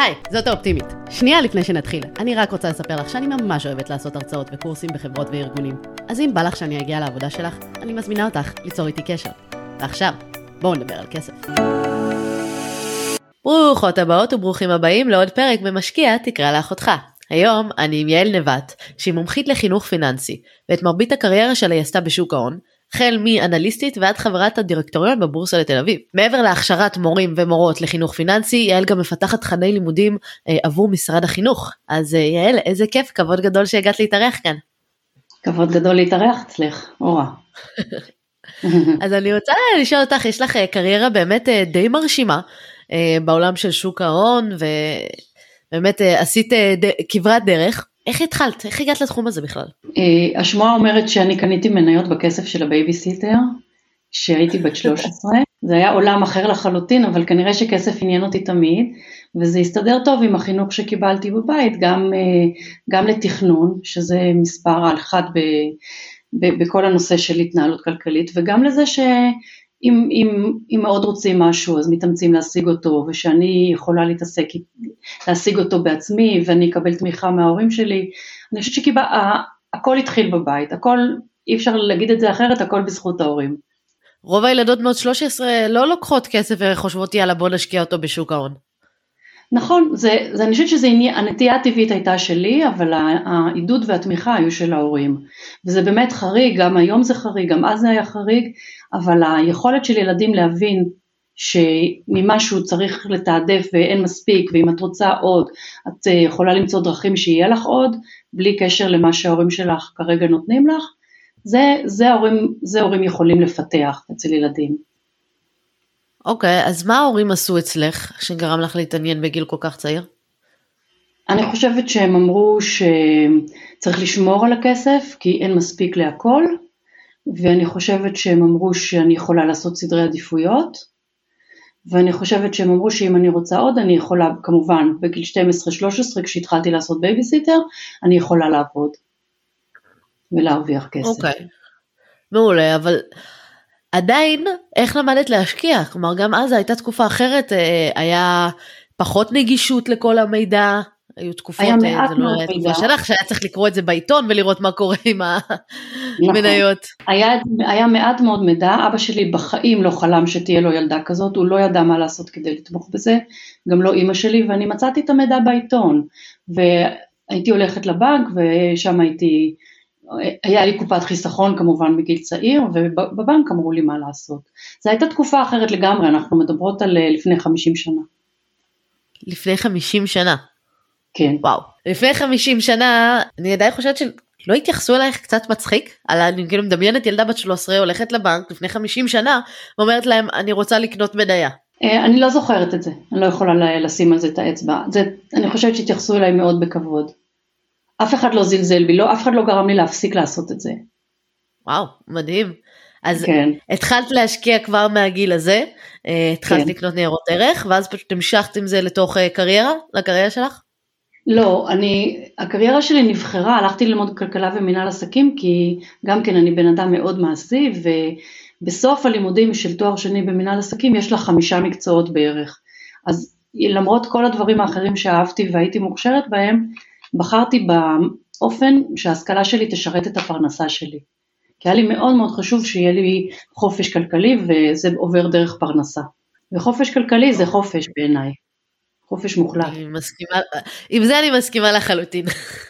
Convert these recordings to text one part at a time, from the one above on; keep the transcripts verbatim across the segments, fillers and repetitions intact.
היי, זאת האופטימית. שנייה לפני שנתחיל, אני רק רוצה לספר לך שאני ממש אוהבת לעשות הרצאות וקורסים בחברות וארגונים. אז אם בא לך שאני אגיע לעבודה שלך, אני מזמינה אותך ליצור איתי קשר. ועכשיו, בואו נדבר על כסף. ברוכות הבאות וברוכים הבאים לעוד פרק במשקיע תקרא לאחותך. היום אני עם יעל נבט, שהיא מומחית לחינוך פיננסי, ואת מרבית הקריירה שלה היא עשתה בשוק ההון, החל מאנליסטית ועד חברת הדירקטוריון בבורסה לתל אביב. מעבר להכשרת מורים ומורות לחינוך פיננסי, יעל גם מפתחת תכני לימודים אה, עבור משרד החינוך. אז אה, יעל, איזה כיף, כבוד גדול שהגעת להתארח כאן. כבוד גדול להתארח אצלך, אורה. אז אני רוצה לשאול אותך, יש לך קריירה באמת אה, די מרשימה, אה, בעולם של שוק ההון, ובאמת אה, עשית אה, ד... כברת דרך. איך התחלת? איך הגעת לתחום הזה בכלל? השמועה אומרת שאני קניתי מניות בכסף של הבייביסיטר, שהייתי בת שלוש עשרה, זה היה עולם אחר לחלוטין, אבל כנראה שכסף עניין אותי תמיד, וזה הסתדר טוב עם החינוך שקיבלתי בבית, גם, גם לתכנון, שזה מספר אחד ב, ב, בכל הנושא של התנהלות כלכלית, וגם לזה ש... אם, אם, אם מאוד רוצים משהו, אז מתאמצים להשיג אותו, ושאני יכולה להתעסק, להשיג אותו בעצמי, ואני אקבל תמיכה מההורים שלי. אני חושבת שכיבה, הכל התחיל בבית, הכל, אי אפשר להגיד את זה אחרת, הכל בזכות ההורים. רוב הילדות בנות שלוש עשרה לא לוקחות כסף וחושבות יאללה בוא נשקיע אותו בשוק ההון. נכון, זה, זה, אני חושבת שזה עניין, הנטייה הטבעית הייתה שלי, אבל העידוד והתמיכה היו של ההורים. וזה באמת חריג, גם היום זה חריג, גם אז זה היה חריג, אבל היכולת של ילדים להבין שממשהו צריך לתעדף ואין מספיק, ואם את רוצה עוד, את יכולה למצוא דרכים שיהיה לך עוד, בלי קשר למה שההורים שלך כרגע נותנים לך, זה, זה ההורים, זה ההורים יכולים לפתח אצל ילדים. אוקיי, אז מה ההורים עשו אצלך, שגרם לך להתעניין בגיל כל כך צעיר? אני חושבת שהם אמרו שצריך לשמור על הכסף, כי אין מספיק להכל, ואני חושבת שהם אמרו שאני יכולה לעשות סדרי עדיפויות, ואני חושבת שהם אמרו שאם אני רוצה עוד, אני יכולה, כמובן, בגיל שתים עשרה שלוש עשרה, כשהתחלתי לעשות בייביסיטר, אני יכולה לעבוד, ולהרוויח כסף. אוקיי, מעולה, אבל... עדיין, איך למדת להשקיע? כלומר, גם אז הייתה תקופה אחרת, היה פחות נגישות לכל המידע, היו תקופות, היה מעט זה לא היה תקופה שלך, שהיה צריך לקרוא את זה בעיתון, ולראות מה קורה עם המניות. נכון. היה, היה מעט מאוד מידע, אבא שלי בחיים לא חלם שתהיה לו ילדה כזאת, הוא לא ידע מה לעשות כדי לתמוך בזה, גם לא אמא שלי, ואני מצאתי את המידע בעיתון, והייתי הולכת לבנק, ושם הייתי... היה לי קופת חיסכון כמובן בגיל צעיר, ובבנק אמרו לי מה לעשות. זו הייתה תקופה אחרת לגמרי, אנחנו מדברות על לפני חמישים שנה. לפני חמישים שנה? כן. וואו. לפני חמישים שנה, אני עדיין חושבת שלא התייחסו אלייך קצת מצחיק, אני כאילו מדמיינת ילדה בת שלוש עשרה, הולכת לבנק לפני חמישים שנה, ואומרת להם, אני רוצה לקנות מניה. אני לא זוכרת את זה, אני לא יכולה לשים על זה את האצבע. זה, אני חושבת שהתייחסו אליי מאוד בכבוד. אף אחד לא זלזל בי, לא, אף אחד לא גרם לי להפסיק לעשות את זה. וואו, מדהים. אז כן. התחלת להשקיע כבר מהגיל הזה, התחלת כן. לקנות ניירות ערך, ואז פשוט המשכת עם זה לתוך קריירה, לקריירה שלך? לא, אני, הקריירה שלי נבחרה, הלכתי ללמוד כלכלה ומנהל עסקים, כי גם כן אני בן אדם מאוד מעשי, ובסוף הלימודים של תואר שני במנהל עסקים, יש לה חמישה מקצועות בערך. אז למרות כל הדברים האחרים שאהבתי והייתי מוכשרת בהם, בחרתי באופן שההשכלה שלי תשרת את הפרנסה שלי. כי היה לי מאוד מאוד חשוב שיהיה לי חופש כלכלי, וזה עובר דרך פרנסה. וחופש כלכלי זה חופש בעיניי. חופש מוחלט. אני מסכימה, עם זה אני מסכימה לחלוטין.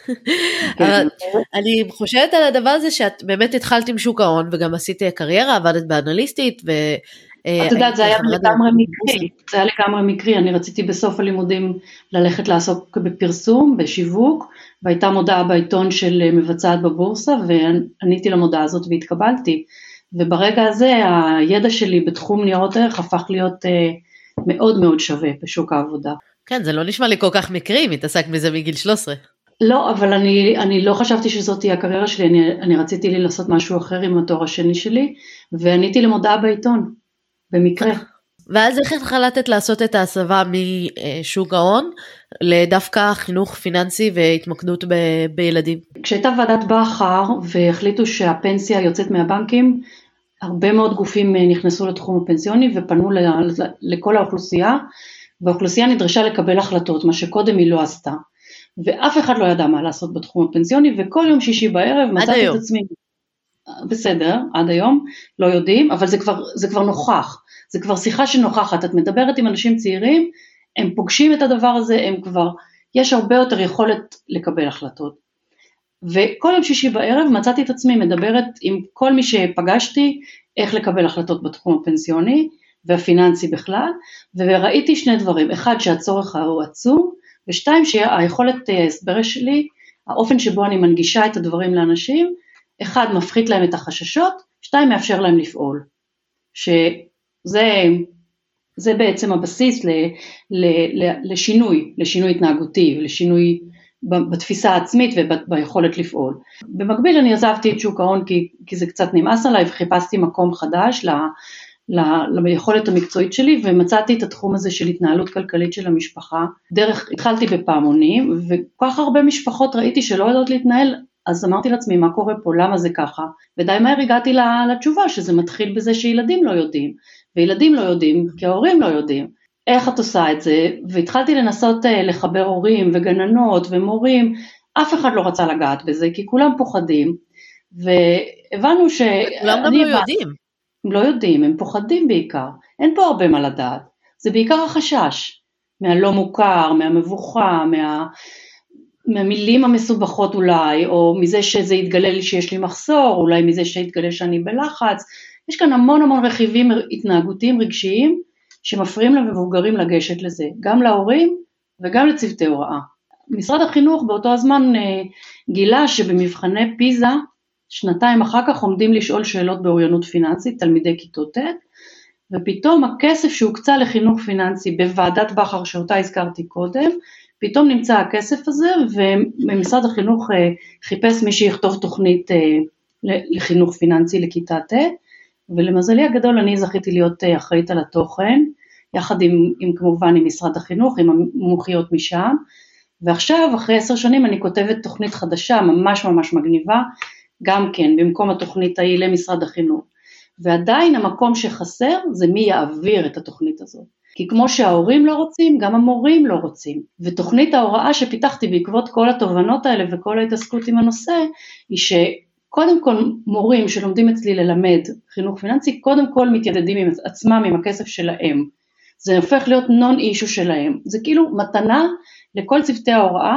אבל אני חושבת על הדבר הזה שאת באמת התחלת עם שוק ההון, וגם עשית קריירה, עבדת באנליסטית, ו... את יודעת, זה היה לגמרי מקרי, זה היה לגמרי מקרי, אני רציתי בסוף הלימודים ללכת לעסוק בפרסום, בשיווק, והייתה מודעה בעיתון של מבצעת בבורסה, ועניתי למודעה הזאת והתקבלתי, וברגע הזה הידע שלי בתחום ניירות ערך הפך להיות מאוד מאוד שווה בשוק העבודה. כן, זה לא נשמע לי כל כך מקרי, מתעסק מזה מגיל שלוש עשרה. לא, אבל אני, אני לא חשבתי שזאת תהיה הקריירה שלי, אני, אני רציתי לי לעשות משהו אחר עם התואר השני שלי, ועניתי למודעה בעיתון. במקרה. ואז איך החלטת לעשות את ההסבה משוק ההון לדווקא חינוך פיננסי והתמקדות ב- בילדים? כשהייתה ועדת בכר והחליטו שהפנסיה יוצאת מהבנקים, הרבה מאוד גופים נכנסו לתחום הפנסיוני ופנו ל- לכל האוכלוסייה, והאוכלוסייה נדרשה לקבל החלטות, מה שקודם היא לא עשתה, ואף אחד לא ידע מה לעשות בתחום הפנסיוני, וכל יום שישי בערב מצאתי את עצמי, בסדר, עד היום, לא יודעים, אבל זה כבר, זה כבר נוכח, זה כבר שיחה שנוכחת, את מדברת עם אנשים צעירים, הם פוגשים את הדבר הזה, הם כבר, יש הרבה יותר יכולת לקבל החלטות. וכל יום שישי בערב מצאתי את עצמי מדברת עם כל מי שפגשתי, איך לקבל החלטות בתחום הפנסיוני, והפיננסי בכלל, וראיתי שני דברים, אחד שהצורך הוא עצום, ושתיים שהיכולת ההסבר שלי, האופן שבו אני מנגישה את הדברים לאנשים, אחד מפחית להם את החששות, שתיים מאפשר להם לפעול, שזה זה בעצם הבסיס ל, ל, ל, לשינוי, לשינוי התנהגותי, לשינוי בתפיסה העצמית וביכולת לפעול. במקביל אני עזבתי את שוק ההון כי, כי זה קצת נמאס עליי, וחיפשתי מקום חדש ל, ל, ליכולת המקצועית שלי, ומצאתי את התחום הזה של התנהלות כלכלית של המשפחה, דרך, התחלתי בפעמונים, וכל כך הרבה משפחות ראיתי שלא יודעות להתנהל, אז אמרתי לעצמי, מה קורה פה, למה זה ככה? ודי מהר הגעתי לתשובה, שזה מתחיל בזה שילדים לא יודעים, וילדים לא יודעים, כי ההורים לא יודעים, איך את עושה את זה, והתחלתי לנסות לחבר הורים וגננות ומורים, אף אחד לא רצה לגעת בזה, כי כולם פוחדים, והבנו ש... כולם גם לא יודעים. הם לא יודעים, הם פוחדים בעיקר, אין פה הרבה מה לדעת, זה בעיקר החשש, מהלא מוכר, מהמבוכה, מה... מהמילים המסובכות אולי, או מזה שזה יתגלה לי שיש לי מחסור, אולי מזה שיתגלה שאני בלחץ, יש כאן המון המון רכיבים התנהגותיים רגשיים, שמפריעים למבוגרים לגשת לזה, גם להורים וגם לצוותי הוראה. משרד החינוך באותו הזמן גילה שבמבחני פיזה, שנתיים אחר כך עומדים לשאול שאלות באוריינות פיננסית, תלמידי כיתות ט', ופתאום הכסף שהוקצה לחינוך פיננסי בוועדת בחר שאותה הזכרתי קודם, פתאום נמצא הכסף הזה, ומשרד החינוך חיפש מי שיכתוב תוכנית לחינוך פיננסי לכיתה ט', ולמזלי הגדול אני זכיתי להיות אחראית על התוכן, יחד עם, עם כמובן עם משרד החינוך, עם המומחיות משם, ועכשיו אחרי עשר שנים אני כותבת תוכנית חדשה, ממש ממש מגניבה, גם כן במקום התוכנית ההיא למשרד החינוך, ועדיין המקום שחסר זה מי יעביר את התוכנית הזאת, כי כמו שההורים לא רוצים, גם המורים לא רוצים, ותוכנית ההוראה שפיתחתי בעקבות כל התובנות האלה וכל ההתעסקות עם הנושא, היא ש... קודם כל מורים שלומדים אצלי ללמד חינוך פיננסי, קודם כל מתיידדים עם עצמם עם הכסף שלהם, זה הופך להיות נון אישו שלהם, זה כאילו מתנה לכל צוותי ההוראה,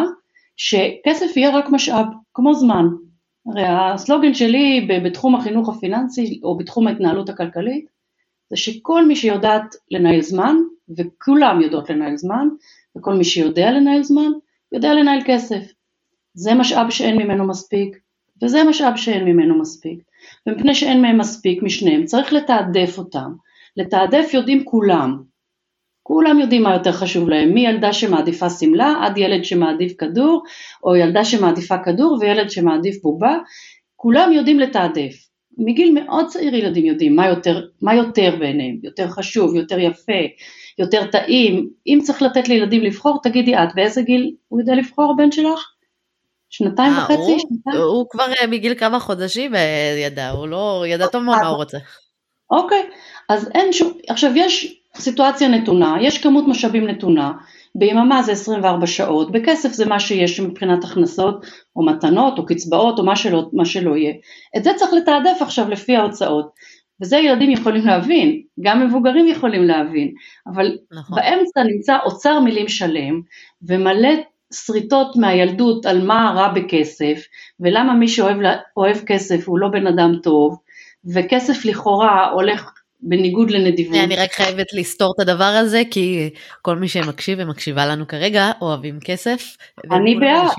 שכסף יהיה רק משאב, כמו זמן, הרי הסלוגן שלי בתחום החינוך הפיננסי, או בתחום ההתנהלות הכלכלית, זה שכל מי שיודעת לנהל זמן, וכולם יודעות לנהל זמן, וכל מי שיודע לנהל זמן, יודע לנהל כסף, זה משאב שאין ממנו מספיק, וזה משאב שאין ממנו מספיק, ומפני שאין מהם מספיק משניהם, צריך לתעדף אותם, לתעדף יודעים כולם, כולם יודעים מה יותר חשוב להם, מי ילדה שמעדיפה סמלה, עד ילד שמעדיף כדור, או ילדה שמעדיפה כדור, וילד שמעדיף בובה, כולם יודעים לתעדף, מגיל מאוד צעיר ילדים יודעים מה יותר, מה יותר בעיניהם, יותר חשוב, יותר יפה, יותר טעים, אם צריך לתת לילדים לבחור, תגידי את, באיזה גיל הוא יודע לבחור הבן שלך? שנתיים וחצי? הוא, שנתיים? הוא כבר מגיל כמה חודשים ידע, הוא לא ידע טוב מאוד מה הוא רוצה. אוקיי, אז אין שום, עכשיו יש סיטואציה נתונה, יש כמות משאבים נתונה, ביממה זה עשרים וארבע שעות, בכסף זה מה שיש מבחינת הכנסות, או מתנות, או קצבאות, או מה שלא, מה שלא יהיה. את זה צריך לתעדף עכשיו לפי ההוצאות, וזה ילדים יכולים להבין, גם מבוגרים יכולים להבין, אבל נכון. באמצע נמצא אוצר מילים שלם, ומלא שריטות מהילדות על מה רע בכסף, ולמה מי שאוהב אוהב כסף הוא לא בן אדם טוב, וכסף לכאורה הולך בניגוד לנדיבות. אני רק חייבת לסתור את הדבר הזה, כי כל מי שמקשיב ומקשיבה לנו כרגע, אוהבים כסף, אני בעד.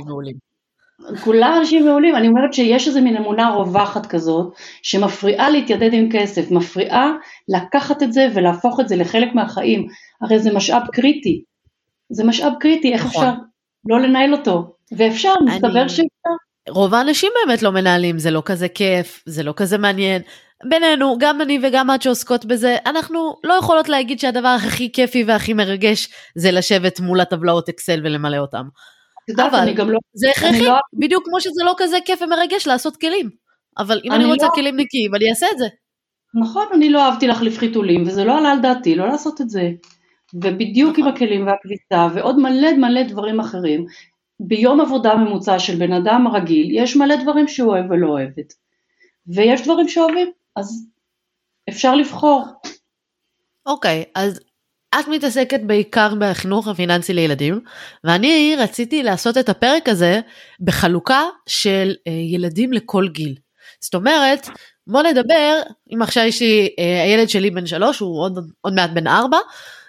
כולם אנשים מעולים, אני אומרת שיש איזו מין אמונה רווחת כזאת, שמפריעה להתיידד עם כסף, מפריעה לקחת את זה ולהפוך את זה לחלק מהחיים, הרי זה משאב קריטי, זה משאב קריטי, איך אפשר לא לנהל אותו, ואפשר, מסתבר שאפשר. רוב האנשים באמת לא מנהלים, זה לא כזה כיף, זה לא כזה מעניין, בינינו, גם אני וגם את שעוסקות בזה, אנחנו לא יכולות להגיד שהדבר הכי כיפי והכי מרגש, זה לשבת מול הטבלאות אקסל ולמלא אותם. אבל לא, זה הכרחי, לא... בדיוק כמו שזה לא כזה כיף ומרגש לעשות כלים, אבל אם אני, אני רוצה לא... כלים נקיים, אני אעשה את זה. נכון, אני לא אהבתי להחליף חיתולים, וזה לא עלה על דעתי, לא לעשות את זה. ובדיוק עם הכלים והכביסה, ועוד מלא מלא דברים אחרים, ביום עבודה ממוצע של בן אדם רגיל, יש מלא דברים שהוא אוהב ולא אוהבת, ויש דברים שאוהבים, אז אפשר לבחור. אוקיי, אז את מתעסקת בעיקר בחינוך הפיננסי לילדים, ואני רציתי לעשות את הפרק הזה בחלוקה של ילדים לכל גיל. זאת אומרת, בוא נדבר, אם עכשיו יש לי, הילד שלי בן שלוש, הוא עוד, עוד מעט בן ארבע,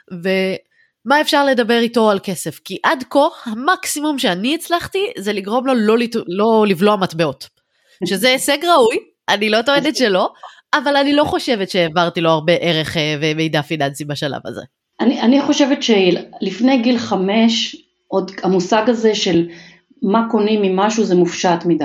ומה אפשר לדבר איתו על כסף? כי עד כה, המקסימום שאני הצלחתי, זה לגרום לו לא, לא לבלוע מטבעות. שזה הישג ראוי, אני לא טוענת שלא, אבל אני לא חושבת שהעברתי לו הרבה ערך ומידע פיננסי בשלב הזה. אני, אני חושבת שלפני גיל חמש, עוד המושג הזה של מה קונים ממשהו זה מופשט מדי.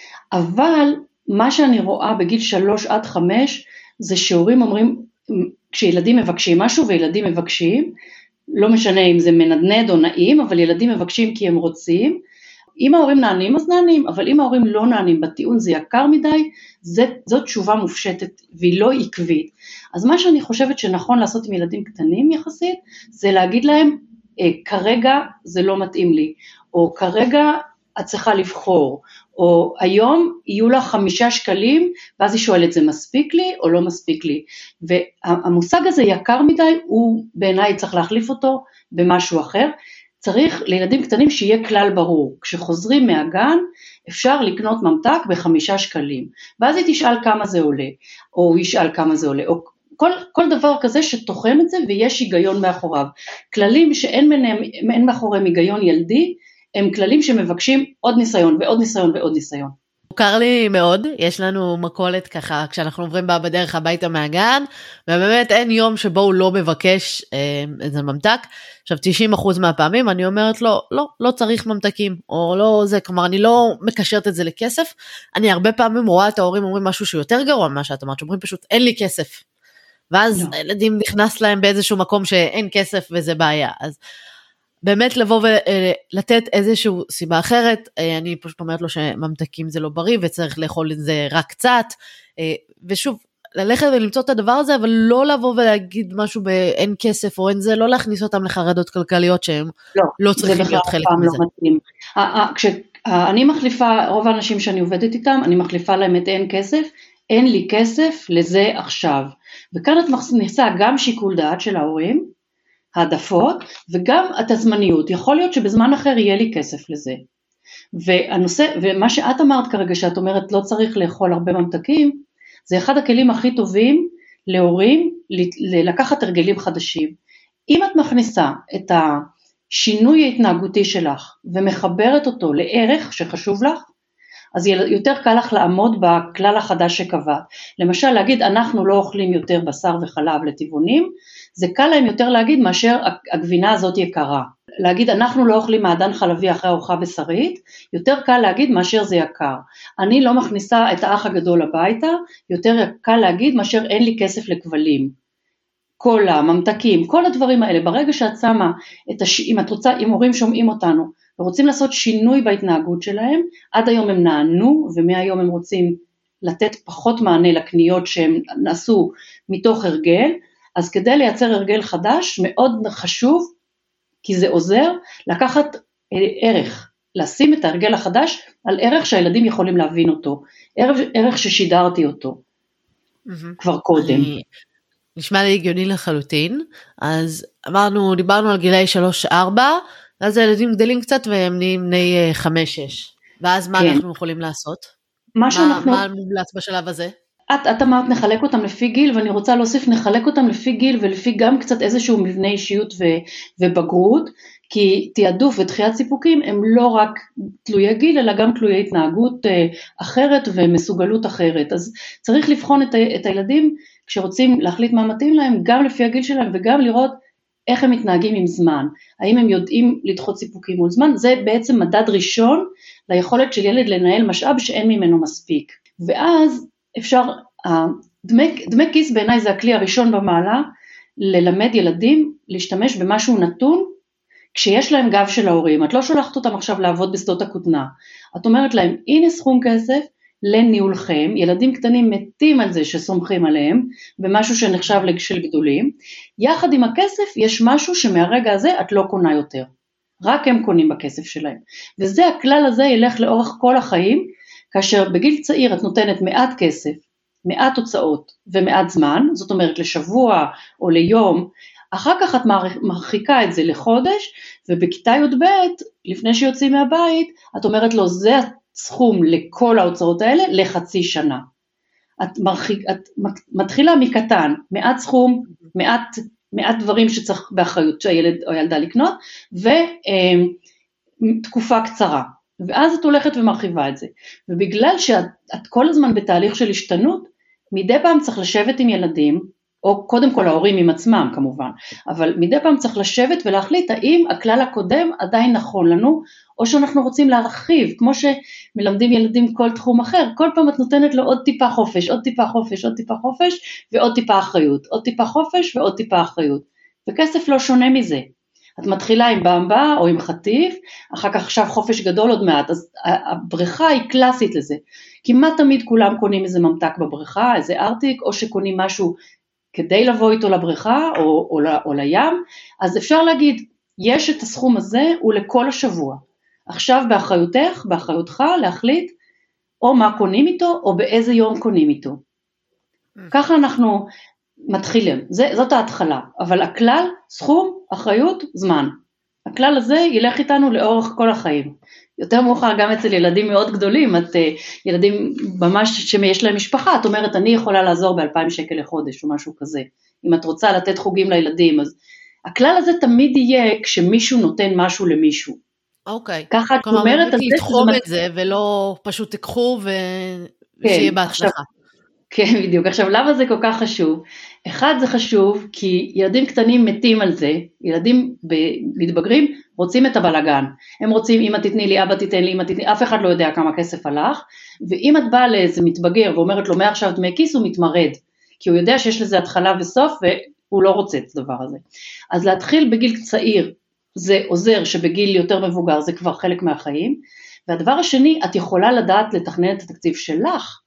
אבל מה שאני רואה בגיל שלוש עד חמש, זה שהורים אומרים, כשילדים מבקשים משהו וילדים מבקשים, לא משנה אם זה מנדנד או נעים, אבל ילדים מבקשים כי הם רוצים, אם ההורים נענים אז נענים, אבל אם ההורים לא נענים בטיעון זה יקר מדי, זה, זאת תשובה מופשטת והיא לא עקבית. אז מה שאני חושבת שנכון לעשות עם ילדים קטנים יחסית, זה להגיד להם, אה, כרגע זה לא מתאים לי, או כרגע את צריכה לבחור, או היום יהיו לה חמישה שקלים, ואז היא שואלת זה מספיק לי או לא מספיק לי, והמושג הזה יקר מדי, הוא בעיניי צריך להחליף אותו במשהו אחר, צריך לילדים קטנים שיהיה כלל ברור, כשחוזרים מהגן אפשר לקנות ממתק בחמישה שקלים, ואז היא תשאל כמה זה עולה, או הוא ישאל כמה זה עולה, או כל, כל דבר כזה שתוחם את זה ויש היגיון מאחוריו, כללים שאין ביניהם, אין מאחוריהם היגיון ילדי, הם כללים שמבקשים עוד ניסיון ועוד ניסיון ועוד ניסיון. מוכר לי מאוד, יש לנו מקולת ככה, כשאנחנו עוברים בה בדרך הביתה מהגן, ובאמת אין יום שבו הוא לא מבקש אה, איזה ממתק, עכשיו תשעים אחוז מהפעמים אני אומרת לו, לא, לא צריך ממתקים, או לא זה, כלומר אני לא מקשרת את זה לכסף, אני הרבה פעמים רואה את ההורים אומרים משהו שהוא יותר גרוע ממה שאת אומרת, שאומרים פשוט אין לי כסף, ואז לא. הילדים נכנס להם באיזשהו מקום שאין כסף וזה בעיה, אז באמת לבוא ולתת איזשהו סיבה אחרת, אני פשוט אומרת לו שממתקים זה לא בריא, וצריך לאכול את זה רק קצת, ושוב, ללכת ולמצוא את הדבר הזה, אבל לא לבוא ולהגיד משהו באין כסף או אין זה, לא להכניס אותם לחרדות כלכליות שהם לא, לא צריכים להיות חלק מזה. לא כשאני מחליפה, רוב האנשים שאני עובדת איתם, אני מחליפה להם את אין כסף, אין לי כסף לזה עכשיו, וכאן את מכניסה גם שיקול דעת של ההורים, העדפות, וגם את הזמניות, יכול להיות שבזמן אחר יהיה לי כסף לזה, והנושא, ומה שאת אמרת כרגע, שאת אומרת לא צריך לאכול הרבה ממתקים, זה אחד הכלים הכי טובים להורים, לקחת הרגלים חדשים, אם את מכניסה את השינוי ההתנהגותי שלך, ומחברת אותו לערך שחשוב לך, אז יותר קל לך לעמוד בכלל החדש שקבע, למשל להגיד אנחנו לא אוכלים יותר בשר וחלב לטבעונים, זה קל להם יותר להגיד מאשר הגבינה הזאת יקרה, להגיד אנחנו לא אוכלים מעדן חלבי אחרי ארוחה בשרית, יותר קל להגיד מאשר זה יקר, אני לא מכניסה את האח הגדול הביתה, יותר קל להגיד מאשר אין לי כסף לכבלים, קולה, ממתקים, כל הדברים האלה, ברגע שאת שמה, את הש... אם את רוצה, אם הורים שומעים אותנו, ורוצים לעשות שינוי בהתנהגות שלהם, עד היום הם נענו, ומהיום הם רוצים לתת פחות מענה לקניות שהם נעשו מתוך הרגל, אז כדי לייצר הרגל חדש, מאוד חשוב, כי זה עוזר, לקחת ערך, לשים את ההרגל החדש, על ערך שהילדים יכולים להבין אותו, ערך, ערך ששידרתי אותו, כבר קודם. אני... נשמע לי הגיוני לחלוטין, אז אמרנו, דיברנו על גילאי שלוש ארבע, ואז הילדים גדלים קצת והם נהיים בני חמש שש, ואז מה כן. אנחנו יכולים לעשות? מה, מה, שאנחנו... מה מומלץ בשלב הזה? את, את אמרת נחלק אותם לפי גיל, ואני רוצה להוסיף נחלק אותם לפי גיל, ולפי גם קצת איזשהו מבנה אישיות ו, ובגרות, כי תיעדוף ודחיית סיפוקים הם לא רק תלויי גיל, אלא גם תלויי התנהגות אחרת ומסוגלות אחרת, אז צריך לבחון את, את הילדים, כשרוצים להחליט מה מתאים להם, גם לפי הגיל שלהם, וגם לראות איך הם מתנהגים עם זמן, האם הם יודעים לדחות סיפוקים מול זמן, זה בעצם מדד ראשון, ליכולת של ילד לנהל משאב שאין ממנו מספיק, ואז אפשר, דמי, דמי כיס בעיניי זה הכלי הראשון במעלה, ללמד ילדים להשתמש במשהו נתון, כשיש להם גב של ההורים, את לא שולחת אותם עכשיו לעבוד בשדות הכותנה, את אומרת להם, הנה סכום כסף, לניהולכם, ילדים קטנים מתים על זה שסומכים עליהם, במשהו שנחשב של גדולים, יחד עם הכסף יש משהו שמהרגע הזה את לא קונה יותר, רק הם קונים בכסף שלהם, וזה הכלל הזה ילך לאורך כל החיים, כאשר בגיל צעיר את נותנת מעט כסף, מעט הוצאות ומעט זמן, זאת אומרת לשבוע או ליום, אחר כך את מרחיקה את זה לחודש, ובכיתה י"ב, לפני שיוצאים מהבית, את אומרת לו, זה הסכום לכל ההוצאות האלה, לחצי שנה. את, מרחיק, את מתחילה מקטן, מעט סכום, מעט, מעט דברים שצריך באחריות שהילד או ילדה לקנות, ותקופה קצרה. ואז את הולכת ומרחיבה את זה. ובגלל שאת את כל הזמן בתהליך של השתנות, מדי פעם צריך לשבת עם ילדים, או קודם כל ההורים עם עצמם כמובן, אבל מדי פעם צריך לשבת ולהחליט האם הכלל הקודם עדיין נכון לנו, או שאנחנו רוצים להרחיב, כמו שמלמדים ילדים כל תחום אחר, כל פעם את נותנת לו עוד טיפה חופש, עוד טיפה חופש, עוד טיפה חופש, ועוד טיפה אחריות, עוד טיפה חופש ועוד טיפה אחריות, וכסף לא שונה מזה, את מתחילה עם במבה או עם חטיף, אחר כך עכשיו חופש גדול עוד מעט, אז הבריכה היא קלאסית לזה, כמעט תמיד כולם קונים איזה ממתק בבריכה, איזה ארטיק, או שקונים משהו כדי לבוא איתו לבריכה או, או, או לים, אז אפשר להגיד, יש את הסכום הזה, הוא לכל השבוע, עכשיו באחריותך, באחריותך להחליט, או מה קונים איתו, או באיזה יום קונים איתו, ככה אנחנו מתחילים, זה, זאת ההתחלה, אבל הכלל, סכום, אחריות, זמן, הכלל הזה ילך איתנו לאורך כל החיים, יותר מאוחר גם אצל ילדים מאוד גדולים, את ילדים ממש שיש להם משפחה, את אומרת אני יכולה לעזור באלפיים שקל לחודש או משהו כזה, אם את רוצה לתת חוגים לילדים, אז הכלל הזה תמיד יהיה כשמישהו נותן משהו למישהו. אוקיי, ככה את אומרת, כלומר, באמת לתחום את זה ולא פשוט תיקחו ושיהיה בהצלחה. כן, בדיוק. עכשיו, למה זה כל כך חשוב? אחד, זה חשוב, כי ילדים קטנים מתים על זה, ילדים מתבגרים רוצים את הבלגן. הם רוצים, אמא תתני לי, אבא תיתן לי, אמא תתני, אף אחד לא יודע כמה כסף הלך, ואם את באה לאיזה מתבגר ואומרת לו, מעכשיו דמי כיס, הוא מתמרד, כי הוא יודע שיש לזה התחלה וסוף, והוא לא רוצה את הדבר הזה. אז להתחיל בגיל צעיר, זה עוזר שבגיל יותר מבוגר, זה כבר חלק מהחיים, והדבר השני, את יכולה לדעת לתכנן את התקציב שלך,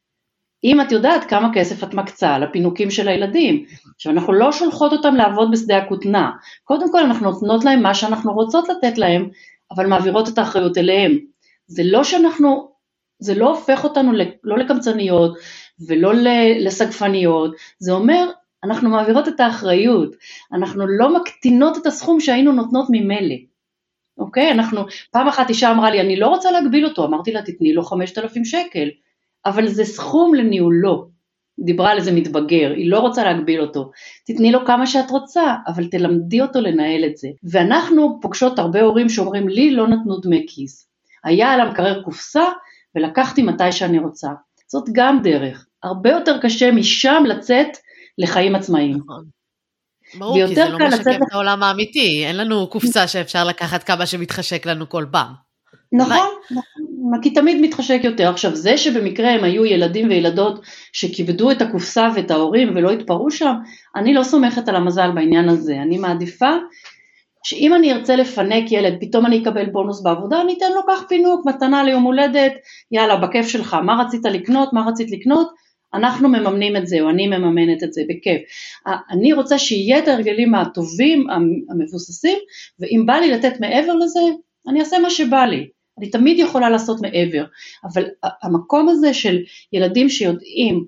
אם את יודעת כמה כסף את מקצה לפינוקים של הילדים, שאנחנו לא שולחות אותם לעבוד בשדה הכותנה, קודם כל אנחנו נותנות להם מה שאנחנו רוצות לתת להם, אבל מעבירות את האחריות אליהם, זה לא שאנחנו, זה לא הופך אותנו לא לקמצניות, ולא לסגפניות, זה אומר, אנחנו מעבירות את האחריות, אנחנו לא מקטינות את הסכום שהיינו נותנות ממילא, אוקיי? אנחנו, פעם אחת אישה אמרה לי, אני לא רוצה להגביל אותו, אמרתי לה, תתני לו חמשת אלפים שקל, אבל זה סכום לניהולו, דיברה על איזה מתבגר, היא לא רוצה להגביל אותו, תתני לו כמה שאת רוצה, אבל תלמדי אותו לנהל את זה, ואנחנו פוגשות הרבה הורים שאומרים, לי לא נתנו דמי כיס, היה על המקרר קופסה, ולקחתי מתי שאני רוצה, זאת גם דרך, הרבה יותר קשה משם לצאת לחיים עצמאיים. נכון. ברור, כי זה לא משקף את העולם האמיתי, אין לנו קופסה שאפשר לקחת כמה שמתחשק לנו כל פעם. נכון, נכון, כי תמיד מתחשק יותר. עכשיו, זה שבמקרה הם היו ילדים וילדות שכיבדו את הקופסה ואת ההורים ולא התפרעו שם, אני לא סומכת על המזל בעניין הזה. אני מעדיפה שאם אני ארצה לפנק ילד, פתאום אני אקבל בונוס בעבודה, אני אתן לו כך פינוק, מתנה ליום הולדת, יאללה, בכיף שלך, מה רצית לקנות, מה רצית לקנות, אנחנו מממנים את זה, או אני מממנת את זה בכיף. אני רוצה שיהיה את ההרגלים הטובים, המבוססים, ואם בא לי לתת מעבר לזה, אני אעשה מה שבא לי. אני תמיד יכולה לעשות מעבר, אבל המקום הזה של ילדים שיודעים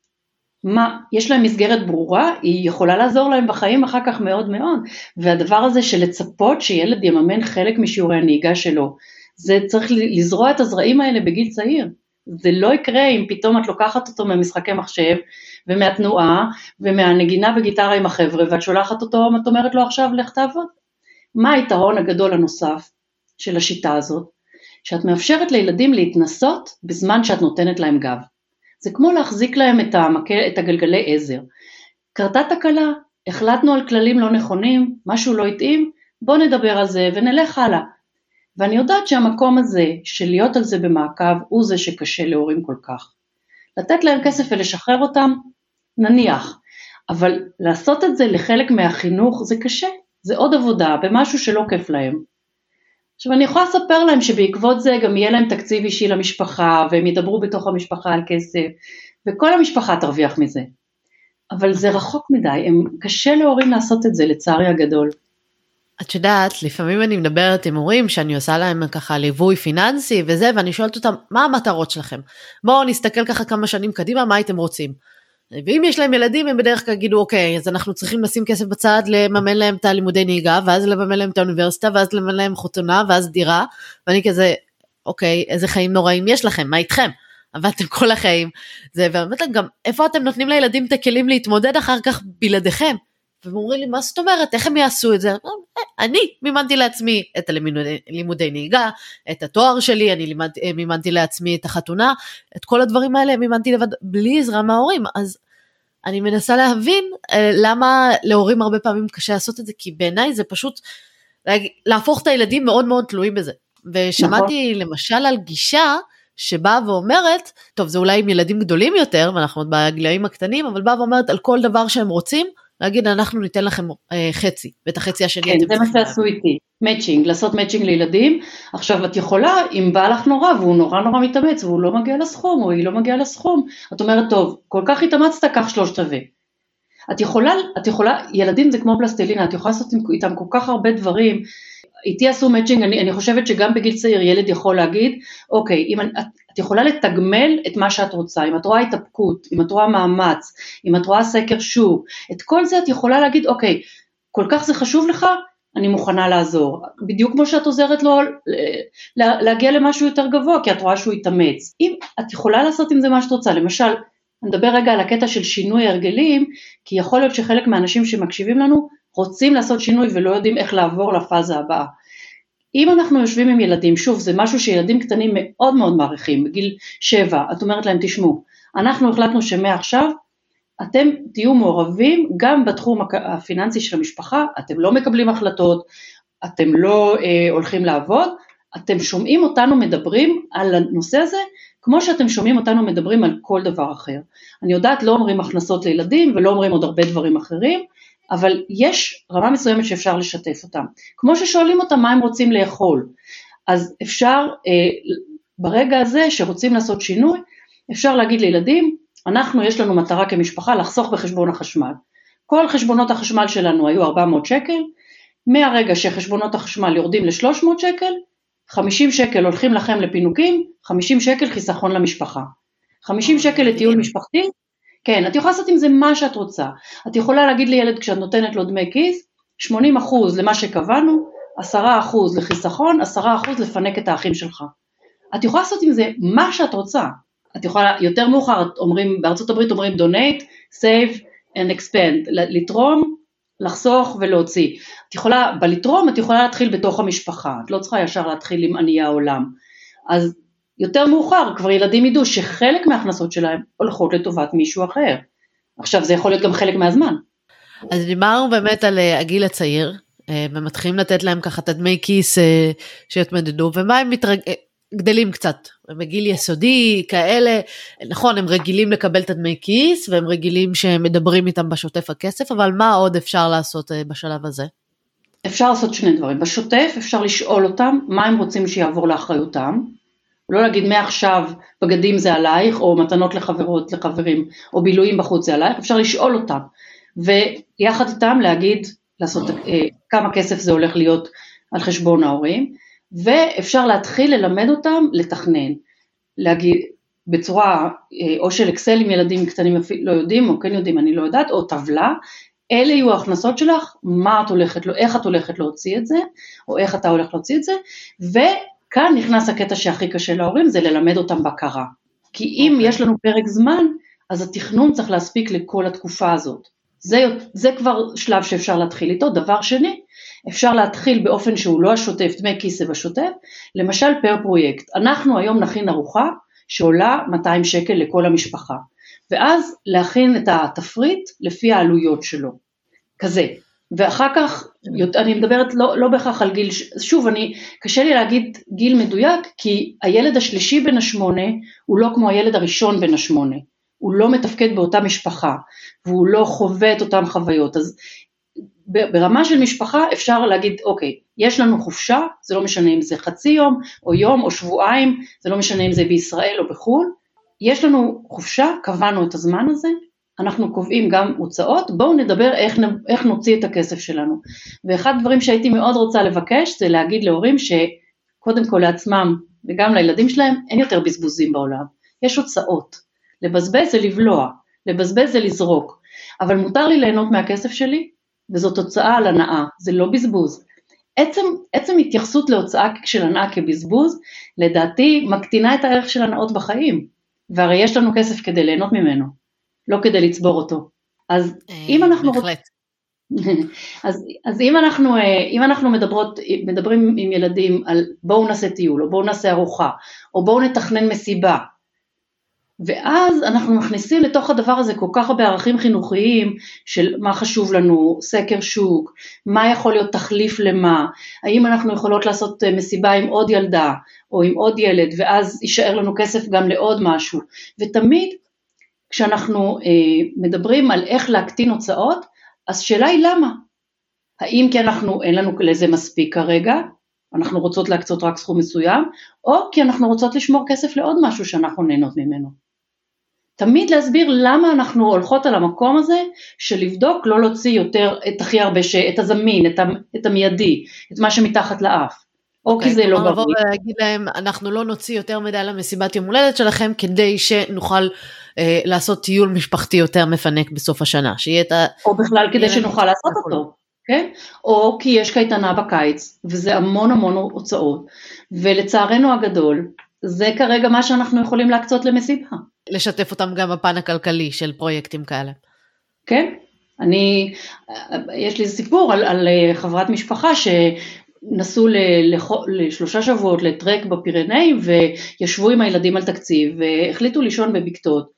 מה, יש להם מסגרת ברורה, היא יכולה לעזור להם בחיים אחר כך מאוד מאוד, והדבר הזה של לצפות שילד יממן חלק משיעורי הנהיגה שלו, זה צריך לזרוע את הזרעים האלה בגיל צעיר, זה לא יקרה אם פתאום את לוקחת אותו ממשחקי מחשב, ומהתנועה, ומהנגינה בגיטרה עם החבר'ה, ואת שולחת אותו, את אומרת לו עכשיו לך תעבוד. מה היתרון הגדול הנוסף של השיטה הזאת? שאת מאפשרת לילדים להתנסות בזמן שאת נותנת להם גב. זה כמו להחזיק להם את, המקל, את הגלגלי עזר. קרתה תקלה, החלטנו על כללים לא נכונים, משהו לא התאים, בוא נדבר על זה ונלך הלאה. ואני יודעת שהמקום הזה של להיות על זה במעקב הוא זה שקשה להורים כל כך. לתת להם כסף ולשחרר אותם, נניח, אבל לעשות את זה לחלק מהחינוך זה קשה, זה עוד עבודה במשהו שלא כיף להם. עכשיו אני יכולה לספר להם שבעקבות זה גם יהיה להם תקציב אישי למשפחה, והם ידברו בתוך המשפחה על כסף, וכל המשפחה תרוויח מזה. אבל זה רחוק מדי, הם, קשה להורים לעשות את זה לצערי הגדול. את יודעת, לפעמים אני מדברת עם הורים שאני עושה להם ככה ליווי פיננסי וזה, ואני שואלת אותם, מה המטרות שלכם? בואו נסתכל ככה כמה שנים קדימה, מה הייתם רוצים? ואם יש להם ילדים, הם בדרך כלל יגידו, אוקיי, אז אנחנו צריכים לשים כסף בצד, לממן להם את הלימודי נהיגה, ואז לממן להם את האוניברסיטה, ואז לממן להם חתונה, ואז דירה, ואני כזה, אוקיי, איזה חיים נוראים יש לכם, מה איתכם? עבדתם כל החיים, זה, ואומרת להם גם, איפה אתם נותנים לילדים את הכלים להתמודד אחר כך בלעדיכם? והם אומרים לי, מה זאת אומרת, איך הם יעשו את זה? אני מימנתי לעצמי את הלימודי נהיגה, את התואר שלי, אני מימנתי לעצמי את החתונה, את כל הדברים האלה מימנתי לבד, בלי עזרה מההורים, אז אני מנסה להבין למה להורים הרבה פעמים קשה לעשות את זה, כי בעיניי זה פשוט להפוך את הילדים מאוד מאוד תלויים בזה, ושמעתי למשל על גישה, שבאה ואומרת, טוב זה אולי עם ילדים גדולים יותר, ואנחנו עוד בגילאים הקטנים, אבל באה ואומרת על כל דבר שהם רוצים, להגיד אנחנו ניתן לכם אה, חצי, ואת החצי השני כן, זה מה שעשו איתי, מאצ'ינג, לעשות מאצ'ינג לילדים, עכשיו את יכולה, אם בא לך נורא, והוא נורא נורא מתאמץ, והוא לא מגיע לסכום, או היא לא מגיעה לסכום, את אומרת, טוב, כל כך התאמצת, קח שלושת רבעי. את יכולה, את יכולה, ילדים זה כמו פלסטלינה, את יכולה לעשות איתם כל כך הרבה דברים, איתי עשו מאצ'ינג, אני, אני חושבת שגם בגיל צעיר ילד יכול להגיד, אוקיי, אם את, את יכולה לתגמל את מה שאת רוצה, אם את רואה התאפקות, אם את רואה מאמץ, אם את רואה סקר שוק, את כל זה את יכולה להגיד, אוקיי, כל כך זה חשוב לך, אני מוכנה לעזור, בדיוק כמו שאת עוזרת לו לה, להגיע למשהו יותר גבוה, כי את רואה שהוא יתאמץ, אם את יכולה לעשות עם זה מה שאת רוצה, למשל, נדבר רגע על הקטע של שינוי הרגלים, כי יכול להיות שחלק מהאנשים שמקשיבים לנו, רוצים לעשות שינוי ולא יודעים איך לעבור לפאזה הבאה. אם אנחנו יושבים עם ילדים, שוב, זה משהו שילדים קטנים מאוד מאוד מעריכים, בגיל שבע, את אומרת להם, תשמעו, אנחנו החלטנו שמעכשיו, אתם תהיו מעורבים גם בתחום הפיננסי של המשפחה, אתם לא מקבלים החלטות, אתם לא אה, הולכים לעבוד, אתם שומעים אותנו מדברים על הנושא הזה, כמו שאתם שומעים אותנו מדברים על כל דבר אחר. אני יודעת, לא אומרים הכנסות לילדים, ולא אומרים עוד הרבה דברים אחרים, אבל יש רמה מסוימת שאפשר לשתף אותם. כמו ששואלים אותם מה הם רוצים לאכול, אז אפשר, אה, ברגע הזה שרוצים לעשות שינוי, אפשר להגיד לילדים, אנחנו יש לנו מטרה כמשפחה לחסוך בחשבון החשמל. כל חשבונות החשמל שלנו היו ארבע מאות שקל, מהרגע שחשבונות החשמל יורדים ל-שלוש מאות שקל, חמישים שקל הולכים לכם לפינוקים, חמישים שקל חיסכון למשפחה. חמישים שקל לטיול משפחתי, כן, את יכולה לעשות עם זה מה שאת רוצה. את יכולה להגיד לילד כשאת נותנת לו דמי כיס, שמונים אחוז למה שקבענו, עשרה אחוז לחיסכון, עשרה אחוז לפנק את האחים שלך. את יכולה לעשות עם זה מה שאת רוצה. את יכולה, יותר מאוחר, אומרים, בארצות הברית אומרים donate, save and expand, לתרום, לחסוך ולהוציא. את יכולה, בלתרום, את יכולה להתחיל בתוך המשפחה, את לא צריכה ישר להתחיל עם עניי העולם. אז יותר מאוחר, כבר ילדים ידעו שחלק מההכנסות שלהם הולכות לטובת מישהו אחר. עכשיו זה יכול להיות גם חלק מהזמן. אז דיברנו באמת על הגיל הצעיר, ומתחילים לתת להם ככה את הדמי כיס שיתמדדו, ומה הם מתרג... גדלים קצת, בגיל יסודי, כאלה, נכון, הם רגילים לקבל את הדמי כיס, והם רגילים שהם מדברים איתם בשוטף הכסף, אבל מה עוד אפשר לעשות בשלב הזה? אפשר לעשות שני דברים, בשוטף אפשר לשאול אותם, מה הם רוצים שיעבור לאחריותם, לא להגיד מעכשיו בגדים זה עלייך, או מתנות לחברות, לחברים, או בילויים בחוץ זה עלייך, אפשר לשאול אותם, ויחד איתם להגיד, לעשות אה, כמה כסף זה הולך להיות על חשבון ההורים, ואפשר להתחיל ללמד אותם לתכנן, להגיד בצורה, או של אקסל עם ילדים קטנים לא יודעים, או כן יודעים, אני לא יודעת, או טבלה, אלה יהיו ההכנסות שלך, מה את הולכת, איך את הולכת להוציא את זה, או איך אתה הולך להוציא את זה, וכאן נכנס הקטע שהכי קשה להורים, זה ללמד אותם בקרה, כי אם יש לנו פרק זמן, אז התכנון צריך להספיק לכל התקופה הזאת, זה, זה כבר שלב שאפשר להתחיל איתו. דבר שני, אפשר להתחיל באופן שהוא לא השוטף, דמי כיס בשוטף, למשל פר פרויקט, אנחנו היום נכין ארוחה שעולה מאתיים שקל לכל המשפחה, ואז להכין את התפריט לפי העלויות שלו, כזה, ואחר כך, אני מדברת לא, לא בכך על גיל, שוב, אני, קשה לי להגיד גיל מדויק, כי הילד השלישי בן השמונה, הוא לא כמו הילד הראשון בן השמונה, הוא לא מתפקד באותה משפחה, והוא לא חווה את אותם חוויות, אז ברמה של משפחה אפשר להגיד, אוקיי, יש לנו חופשה, זה לא משנה אם זה חצי יום, או יום, או שבועיים, זה לא משנה אם זה בישראל או בחו"ל, יש לנו חופשה, קבענו את הזמן הזה, אנחנו קובעים גם הוצאות, בואו נדבר איך, איך נוציא את הכסף שלנו. ואחד הדברים שהייתי מאוד רוצה לבקש, זה להגיד להורים שקודם כל לעצמם, וגם לילדים שלהם, אין יותר בזבוזים בעולם. יש הוצאות. לבזבז זה לבלוע, לבזבז זה לזרוק. אבל מותר לי ליהנות מהכסף שלי, וזאת הוצאה על הנאה, זה לא בזבוז. עצם, עצם התייחסות להוצאה של הנאה כבזבוז, לדעתי מקטינה את הערך של הנאות בחיים. והרי יש לנו כסף כדי ליהנות ממנו, לא כדי לצבור אותו. אז אם אנחנו... בהחלט. אז, אז אם אנחנו, אם אנחנו מדברות, מדברים עם ילדים על בואו נעשה טיול, או בואו נעשה ארוחה, או בואו נתכנן מסיבה, ואז אנחנו מכניסים לתוך הדבר הזה כל כך הרבה ערכים חינוכיים, של מה חשוב לנו, סקר שוק, מה יכול להיות תחליף למה, האם אנחנו יכולות לעשות מסיבה עם עוד ילדה, או עם עוד ילד, ואז יישאר לנו כסף גם לעוד משהו, ותמיד כשאנחנו אה, מדברים על איך להקטין הוצאות, אז שאלה היא למה? האם כי אנחנו, אין לנו לזה מספיק כרגע, אנחנו רוצות להקצות רק סכום מסוים, או כי אנחנו רוצות לשמור כסף לעוד משהו שאנחנו נהנות ממנו. תמיד להסביר למה אנחנו הולכות על המקום הזה, של לבדוק לא להוציא יותר את הכי הרבה, את הזמין, את, את המיידי, את מה שמתחת לאף. או כי זה לא בריא. לבוא ולהגיד להם, אנחנו לא נוציא יותר מדי למסיבת יום הולדת שלכם, כדי שנוכל אה, לעשות טיול משפחתי יותר מפנק בסוף השנה. שיהיה את ה... או בכלל כדי שנוכל לעשות אותו. כן? או כי יש קייטנה בקיץ, וזה המון המון הוצאות, ולצערנו הגדול, זה כרגע מה שאנחנו יכולים להקצות למסיבה. לשתף אותם גם בפן הכלכלי של פרויקטים כאלה. כן, אני, יש לי סיפור על, על חברת משפחה שנסעו לשלושה שבועות לטרק בפירנאים, וישבו עם הילדים על תקציב, והחליטו לישון בבקתות,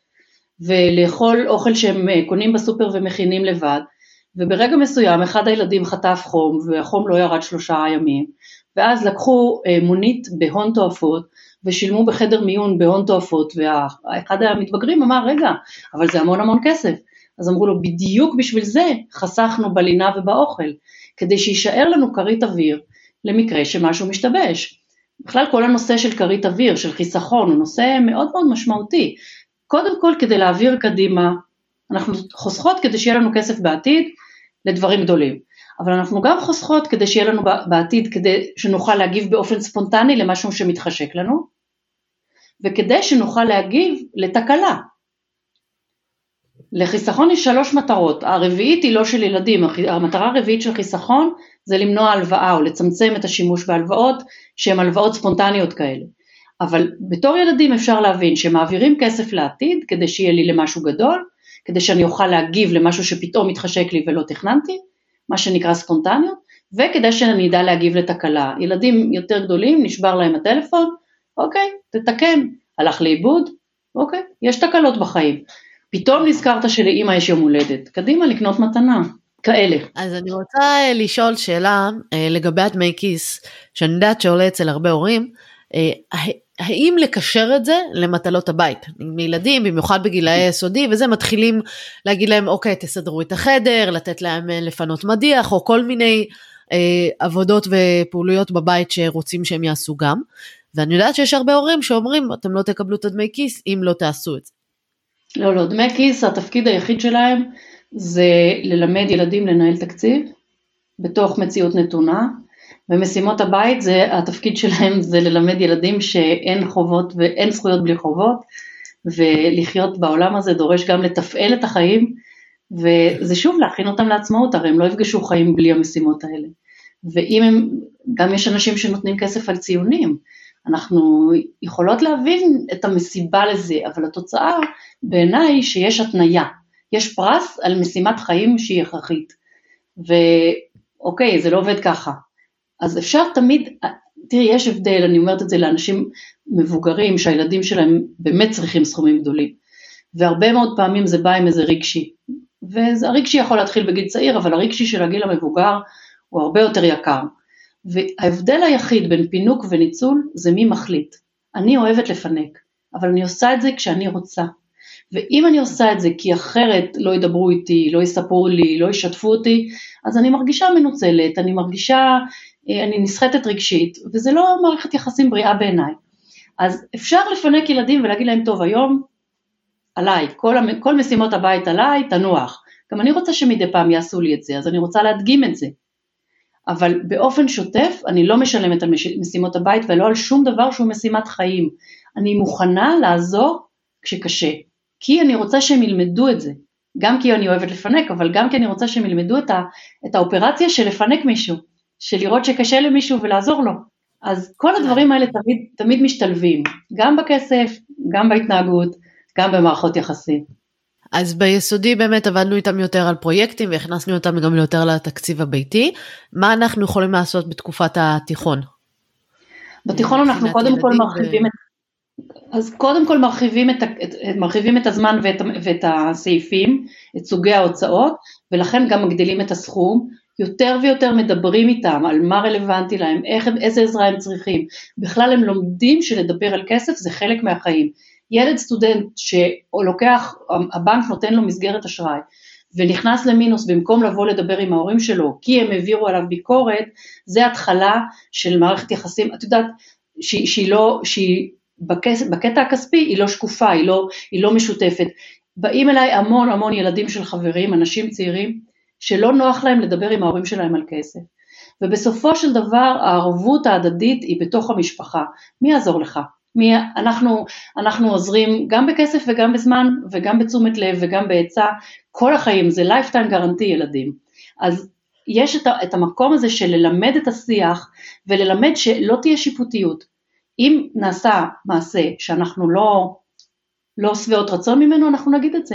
ולאכול אוכל שהם קונים בסופר ומכינים לבד, וברגע מסוים אחד הילדים חטף חום, והחום לא ירד שלושה ימים, ואז לקחו מונית בהון תועפות, ושילמו בחדר מיון בהון תועפות, ואחד המתבגרים אמר, רגע, אבל זה המון המון כסף. אז אמרו לו, בדיוק בשביל זה חסכנו בלינה ובאוכל, כדי שישאר לנו קרית אוויר, למקרה שמשהו משתבש. בכלל כל הנושא של קרית אוויר, של חיסכון, הוא נושא מאוד מאוד משמעותי. קודם כל כדי להעביר קדימה, אנחנו חוסכות כדי שיהיה לנו כסף בעתיד, לדברים גדולים. אבל אנחנו גם חוסכות כדי שיהיה לנו בעתיד, כדי שנוכל להגיב באופן ספונטני למשהו שמתחשק לנו, וכדי שנוכל להגיב לתקלה. לחיסכון יש שלוש מטרות, הרביעית היא לא של ילדים, המטרה הרביעית של חיסכון זה למנוע הלוואה, או לצמצם את השימוש בהלוואות, שהן הלוואות ספונטניות כאלה. אבל בתור ילדים אפשר להבין שמעבירים כסף לעתיד, כדי שיהיה לי למשהו גדול, כדי שאני אוכל להגיב למשהו שפתאום מתחשק לי ולא תכננתי, מה שנקרא ספונטניות, וכדי שאני אדע להגיב לתקלה. ילדים יותר גדולים, נשבר להם הטלפון, אוקיי, תתקן, הלך לאיבוד, אוקיי, יש תקלות בחיים. פתאום נזכרת שלאמא יש יום הולדת, קדימה לקנות מתנה, כאלה. אז אני רוצה לשאול שאלה לגבי הדמי כיס, שאני יודעת שעולה אצל הרבה הורים, האם לקשר את זה למטלות הבית, מילדים, במיוחד בגילאי יסודי, וזה מתחילים להגיד להם, אוקיי, תסדרו את החדר, לתת להם לפנות מדיח, או כל מיני אה, עבודות ופעולויות בבית שרוצים שהם יעשו גם, ואני יודעת שיש הרבה הורים שאומרים, אתם לא תקבלו את הדמי כיס, אם לא תעשו את זה. לא, לא, דמי כיס, התפקיד היחיד שלהם, זה ללמד ילדים לנהל תקציב, בתוך מציאות נתונה, ומשימות הבית, זה, התפקיד שלהם זה ללמד ילדים שאין חובות ואין זכויות בלי חובות, ולחיות בעולם הזה דורש גם לתפעל את החיים, וזה שוב להכין אותם לעצמאות, הרי הם לא יפגשו חיים בלי המשימות האלה. ואם הם, גם יש אנשים שנותנים כסף על ציונים, אנחנו יכולות להבין את המסיבה לזה, אבל התוצאה בעיניי שיש התניה, יש פרס על משימת חיים שהיא הכרחית, ואוקיי, זה לא עובד ככה. אז אפשר תמיד, תראי, יש הבדל, אני אומרת את זה לאנשים מבוגרים, שהילדים שלהם באמת צריכים סכומים גדולים, והרבה מאוד פעמים זה בא עם איזה רגשי, והרגשי יכול להתחיל בגיל צעיר, אבל הרגשי של הגיל המבוגר הוא הרבה יותר יקר, וההבדל היחיד בין פינוק וניצול זה מי מחליט. אני אוהבת לפנק, אבל אני עושה את זה כשאני רוצה, ואם אני עושה את זה כי אחרת לא ידברו איתי, לא יספרו לי, לא ישתפו אותי, אז אני מרגישה מנוצלת, אני מרגישה אני נסחטת רגשית, וזה לא מערכת יחסים בריאה בעיניי. אז אפשר לפנק ילדים ולהגיד להם, טוב, היום עליי, כל, כל משימות הבית עליי, תנוח. גם אני רוצה שמדי פעם יעשו לי את זה, אז אני רוצה להדגים את זה. אבל באופן שוטף, אני לא משלמת על משימות הבית, ולא על שום דבר שהוא משימת חיים. אני מוכנה לעזור כשקשה, כי אני רוצה שהם ילמדו את זה. גם כי אני אוהבת לפנק, אבל גם כי אני רוצה שהם ילמדו את, ה, את האופרציה של לפנק מישהו, של לראות שקשה למישהו ולעזור לו. אז כל הדברים האלה תמיד, תמיד משתלבים, גם בכסף, גם בהתנהגות, גם במערכות יחסים. אז ביסודי באמת עבדנו איתם יותר על פרויקטים, והכנסנו אותם גם יותר לתקציב הביתי. מה אנחנו יכולים לעשות בתקופת התיכון? בתיכון אנחנו קודם כל מרחיבים את, אז קודם כל מרחיבים את, מרחיבים את הזמן ואת, ואת הסעיפים, את סוגי ההוצאות, ולכן גם מגדילים את הסכום, יותר ויותר מדברים איתם על מה רלוונטי להם, איך, איזה עזרה הם צריכים, בכלל הם לומדים שלדבר על כסף זה חלק מהחיים. ילד סטודנט שלוקח, הבנק נותן לו מסגרת אשראי, ונכנס למינוס במקום לבוא לדבר עם ההורים שלו, כי הם העבירו עליו ביקורת, זה התחלה של מערכת יחסים, את יודעת, שהיא, שהיא לא, שהיא בקס, בקטע הכספי היא לא שקופה, היא לא, היא לא משותפת. באים אליי המון המון ילדים של חברים, אנשים צעירים, שלא נוח להם לדבר עם ההורים שלהם על כסף. ובסופו של דבר הערבות ההדדית היא בתוך המשפחה. מי יעזור לך? מי, אנחנו, אנחנו עוזרים גם בכסף וגם בזמן וגם בתשומת לב וגם בעצה. כל החיים זה lifetime guarantee ילדים. אז יש את, את המקום הזה של ללמד את השיח וללמד שלא תהיה שיפוטיות. אם נעשה מעשה שאנחנו לא, לא שבעות רצון ממנו, אנחנו נגיד את זה.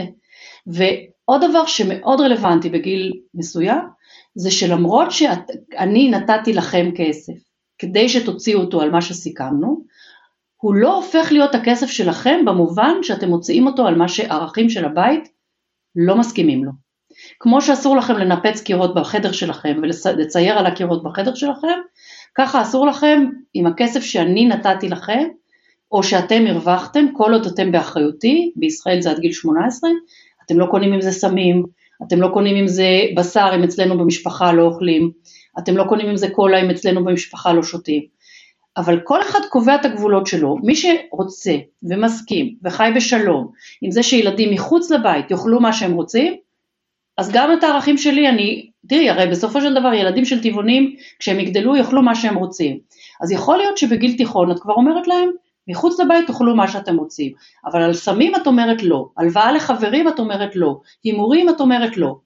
ועוד דבר שמאוד רלוונטי בגיל מסוים, זה שלמרות שאני נתתי לכם כסף, כדי שתוציאו אותו על מה שסיכמנו, הוא לא הופך להיות הכסף שלכם, במובן שאתם מוציאים אותו על מה שערכים של הבית לא מסכימים לו. כמו שאסור לכם לנפץ קירות בחדר שלכם, ולצייר על הקירות בחדר שלכם, ככה אסור לכם עם הכסף שאני נתתי לכם, או שאתם הרווחתם, כל עוד אתם באחריותי, בישראל זה עד גיל שמונה עשרה, אתם לא קונים עם זה סמים, אתם לא קונים עם זה בשר, אם אצלנו במשפחה לא אוכלים, אתם לא קונים עם זה קולה, אם אצלנו במשפחה לא שותים. אבל כל אחד קובע את הגבולות שלו, מי שרוצה ומסכים וחי בשלום, עם זה שילדים מחוץ לבית יאכלו מה שהם רוצים, אז גם את הערכים שלי אני, תראי, הרי בסופו של דבר ילדים של טבעונים, כשהם יגדלו יאכלו מה שהם רוצים. אז יכול להיות שבגיל תיכון את כבר אומרת להם, מחוץ לבית תאכלו מה שאתם רוצים, אבל על סמים את אומרת לא, הלוואה לחברים את אומרת לא, הימורים את אומרת לא,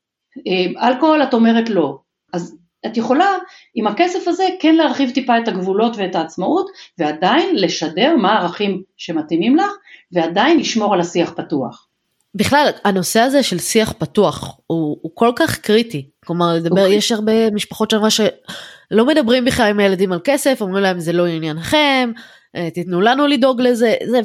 אלכוהול את אומרת לא, אז את יכולה עם הכסף הזה כן להרחיב טיפה את הגבולות ואת העצמאות, ועדיין לשדר מה הערכים שמתאימים לך, ועדיין לשמור על השיח פתוח. בכלל, הנושא הזה של שיח פתוח, הוא, הוא כל כך קריטי, כלומר, לדבר, יש הרבה משפחות שאומרים שלא מדברים בכלל עם הילדים על כסף, אומרים להם זה לא עניינכם, תתנו לנו לדאוג לזה, זה,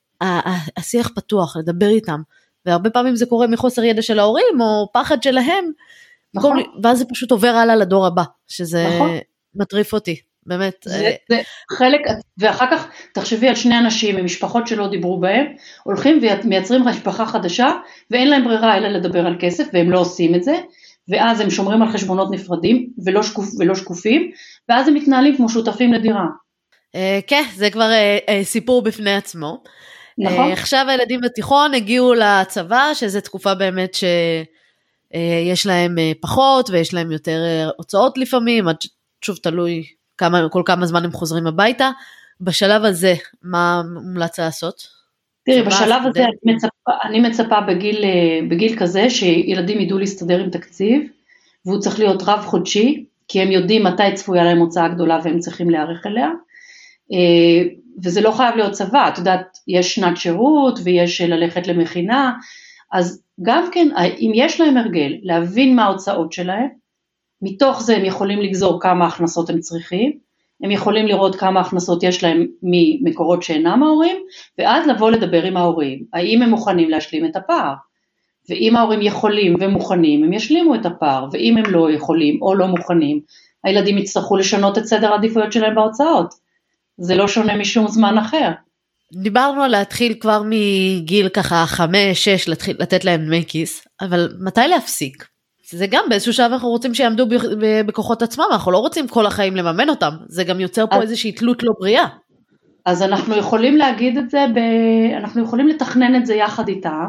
והשיח פתוח, לדבר איתם, והרבה פעמים זה קורה מחוסר ידע של ההורים, או פחד שלהם, נכון. ואז זה פשוט עובר הלאה לדור הבא, שזה נכון. מטריף אותי, באמת. זה, זה חלק, ואחר כך תחשבי על שני אנשים, ממשפחות שלא דיברו בהם, הולכים ומייצרים משפחה חדשה, ואין להם ברירה אלא לדבר על כסף, והם לא עושים את זה, ואז הם שומרים על חשבונות נפרדים, ולא, שקוף, ולא שקופים, ואז הם מתנהלים כמו שותפים לדירה. כן, זה כבר סיפור בפני עצמו. נכון. עכשיו הילדים בתיכון הגיעו לצבא, שזו תקופה באמת שיש להם פחות, ויש להם יותר הוצאות לפעמים, שוב תלוי כמה, כל כמה זמן הם חוזרים הביתה. בשלב הזה, מה מומלץ לעשות? תראי, בשלב הזה אני מצפה, אני מצפה בגיל, בגיל כזה, שילדים ידעו להסתדר עם תקציב, והוא צריך להיות רב חודשי, כי הם יודעים מתי צפויה להם הוצאה גדולה, והם צריכים להעריך אליה, וזה לא חייב להיות צבא, את יודעת, יש שנת שירות, ויש ללכת למכינה, אז גם כן, אם יש להם הרגל, להבין מה ההוצאות שלהם, מתוך זה הם יכולים לגזור כמה הכנסות הם צריכים, הם יכולים לראות כמה הכנסות יש להם ממקורות שאינם ההורים, ואז לבוא לדבר עם ההורים, האם הם מוכנים להשלים את הפער, ואם ההורים יכולים ומוכנים, הם ישלימו את הפער, ואם הם לא יכולים או לא מוכנים, הילדים יצטרכו לשנות את סדר העדיפויות שלהם בהוצאות, זה לא שונה משום זמן אחר. דיברנו על להתחיל כבר מגיל ככה חמש, שש, לתת להם דמי כיס, אבל מתי להפסיק? זה גם באיזשהו שלב אנחנו רוצים שיעמדו בכוחות עצמם, אנחנו לא רוצים כל החיים לממן אותם, זה גם יוצר פה איזושהי תלות לא בריאה. אז אנחנו יכולים להגיד את זה, ב... אנחנו יכולים לתכנן את זה יחד איתם,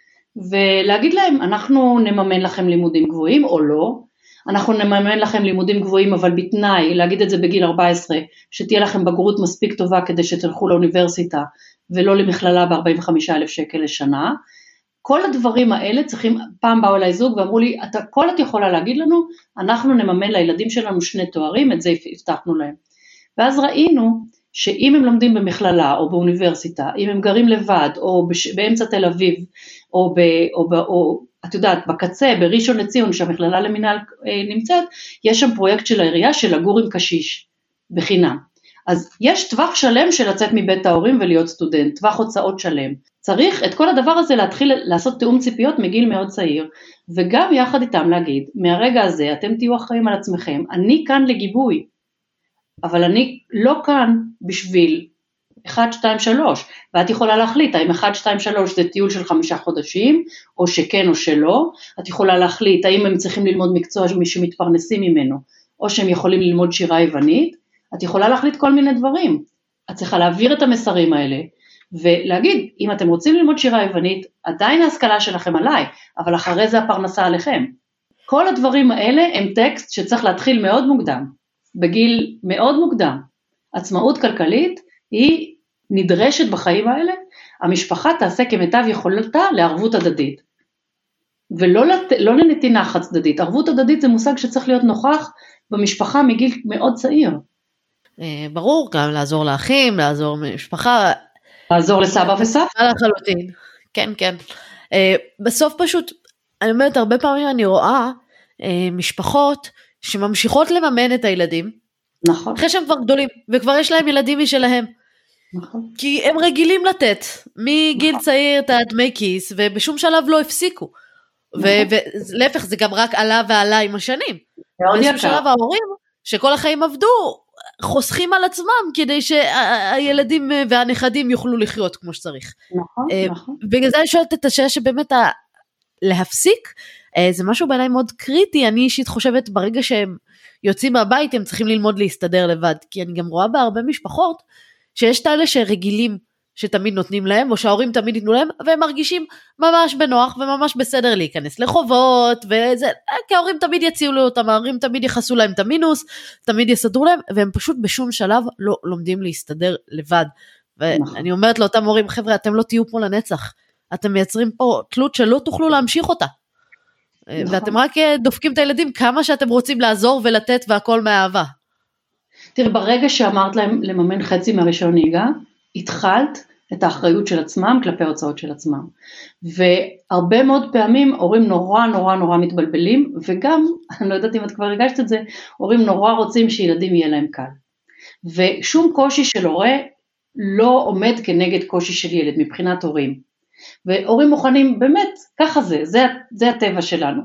ולהגיד להם, אנחנו נממן לכם לימודים גבוהים או לא, אנחנו נממן לכם לימודים גבוהים, אבל בתנאי, להגיד את זה בגיל ארבע עשרה, שתהיה לכם בגרות מספיק טובה, כדי שתלכו לאוניברסיטה, ולא למכללה ב-ארבעים וחמישה אלף שקל לשנה. כל הדברים האלה צריכים, פעם באו אליי זוג, ואמרו לי, אתה, כל את יכולה להגיד לנו, אנחנו נממן לילדים שלנו שני תוארים, את זה הבטחנו להם. ואז ראינו, שאם הם לומדים במכללה, או באוניברסיטה, אם הם גרים לבד, או בש, באמצע תל אביב, או, ב, או, ב, או את יודעת, בקצה, בראשון לציון, שהמכללה למינהל אה, נמצאת, יש שם פרויקט של העירייה, של לגור עם קשיש, בחינם. אז יש טווח שלם של לצאת מבית ההורים ולהיות סטודנט, טווח הוצאות שלם. צריך את כל הדבר הזה להתחיל לעשות תאום ציפיות מגיל מאוד צעיר, וגם יחד איתם להגיד, מהרגע הזה אתם תהיו אחראים על עצמכם, אני כאן לגיבוי, אבל אני לא כאן בשביל אחת, שתיים, שלוש, ואת יכולה להחליט, האם אחת, שתיים, שלוש זה טיול של חמישה חודשים, או שכן או שלא, את יכולה להחליט, האם הם צריכים ללמוד מקצוע שמתפרנסים ממנו, או שהם יכולים ללמוד שירה יוונית, את יכולה להחליט כל מיני דברים, את צריכה להעביר את המסרים האלה, ולהגיד, אם אתם רוצים ללמוד שירה יוונית, עדיין ההשכלה שלכם עליי, אבל אחרי זה הפרנסה עליכם. כל הדברים האלה הם טקסט שצריך להתחיל מאוד מוקדם, בגיל מאוד מוקדם. עצמאות כלכלית היא נדרשת בחיים האלה, המשפחה תעשה כמיטב יכולתה לערבות הדדית, ולא לת... לא לנתינה חד צדדית. ערבות הדדית זה מושג שצריך להיות נוכח במשפחה מגיל מאוד צעיר. ברור, גם לעזור לאחים, לעזור למשפחה. לעזור לסבא וסבתא. לחלוטין, כן, כן. בסוף פשוט, אני אומרת, הרבה פעמים אני רואה משפחות שממשיכות לממן את הילדים, נכון. אחרי שהם כבר גדולים, וכבר יש להם ילדים משלהם. נכון. כי הם רגילים לתת, מגיל נכון. צעיר את הדמי כיס, ובשום שלב לא הפסיקו. נכון. ולהפך, זה גם רק עלה ועלה עם השנים. מאוד יקר. בשום שלב ההורים, שכל החיים עבדו, חוסכים על עצמם, כדי שהילדים והנכדים יוכלו לחיות כמו שצריך. נכון, נכון. בגלל זה אני שואלת את השאלה שבאמת להפסיק, זה משהו בעיניי מאוד קריטי, אני אישית חושבת ברגע שהם יוצאים מהבית, הם צריכים ללמוד להסתדר לבד, כי אני גם רואה בהרבה משפחות, שיש תאלה שרגילים שתמיד נותנים להם, או שההורים תמיד ייתנו להם, והם מרגישים ממש בנוח, וממש בסדר להיכנס לחובות, וזה, כי ההורים תמיד יציעו אותם, ההורים תמיד יחסו להם את המינוס, תמיד יסדרו להם, והם פשוט בשום שלב לא לומדים להסתדר לבד, ואני אומרת לאותם הורים, חבר'ה, אתם לא תהיו פה לנצח, אתם מייצרים פה תלות שלא תוכלו להמשיך אותה, ואתם רק דופקים את הילדים כמה שאתם רוצים לעזור ולתת והכל מהאהבה. תראה, ברגע שאמרת להם לממן חצי מהרישיון נהיגה, התחלת את האחריות של עצמם כלפי ההוצאות של עצמם. והרבה מאוד פעמים הורים נורא נורא נורא מתבלבלים, וגם, אני לא יודעת אם את כבר הרגשת את זה, הורים נורא רוצים שילדים יהיה להם קל. ושום קושי של הורה לא עומד כנגד קושי של ילד מבחינת הורים. והורים מוכנים, באמת, ככה זה, זה, זה הטבע שלנו.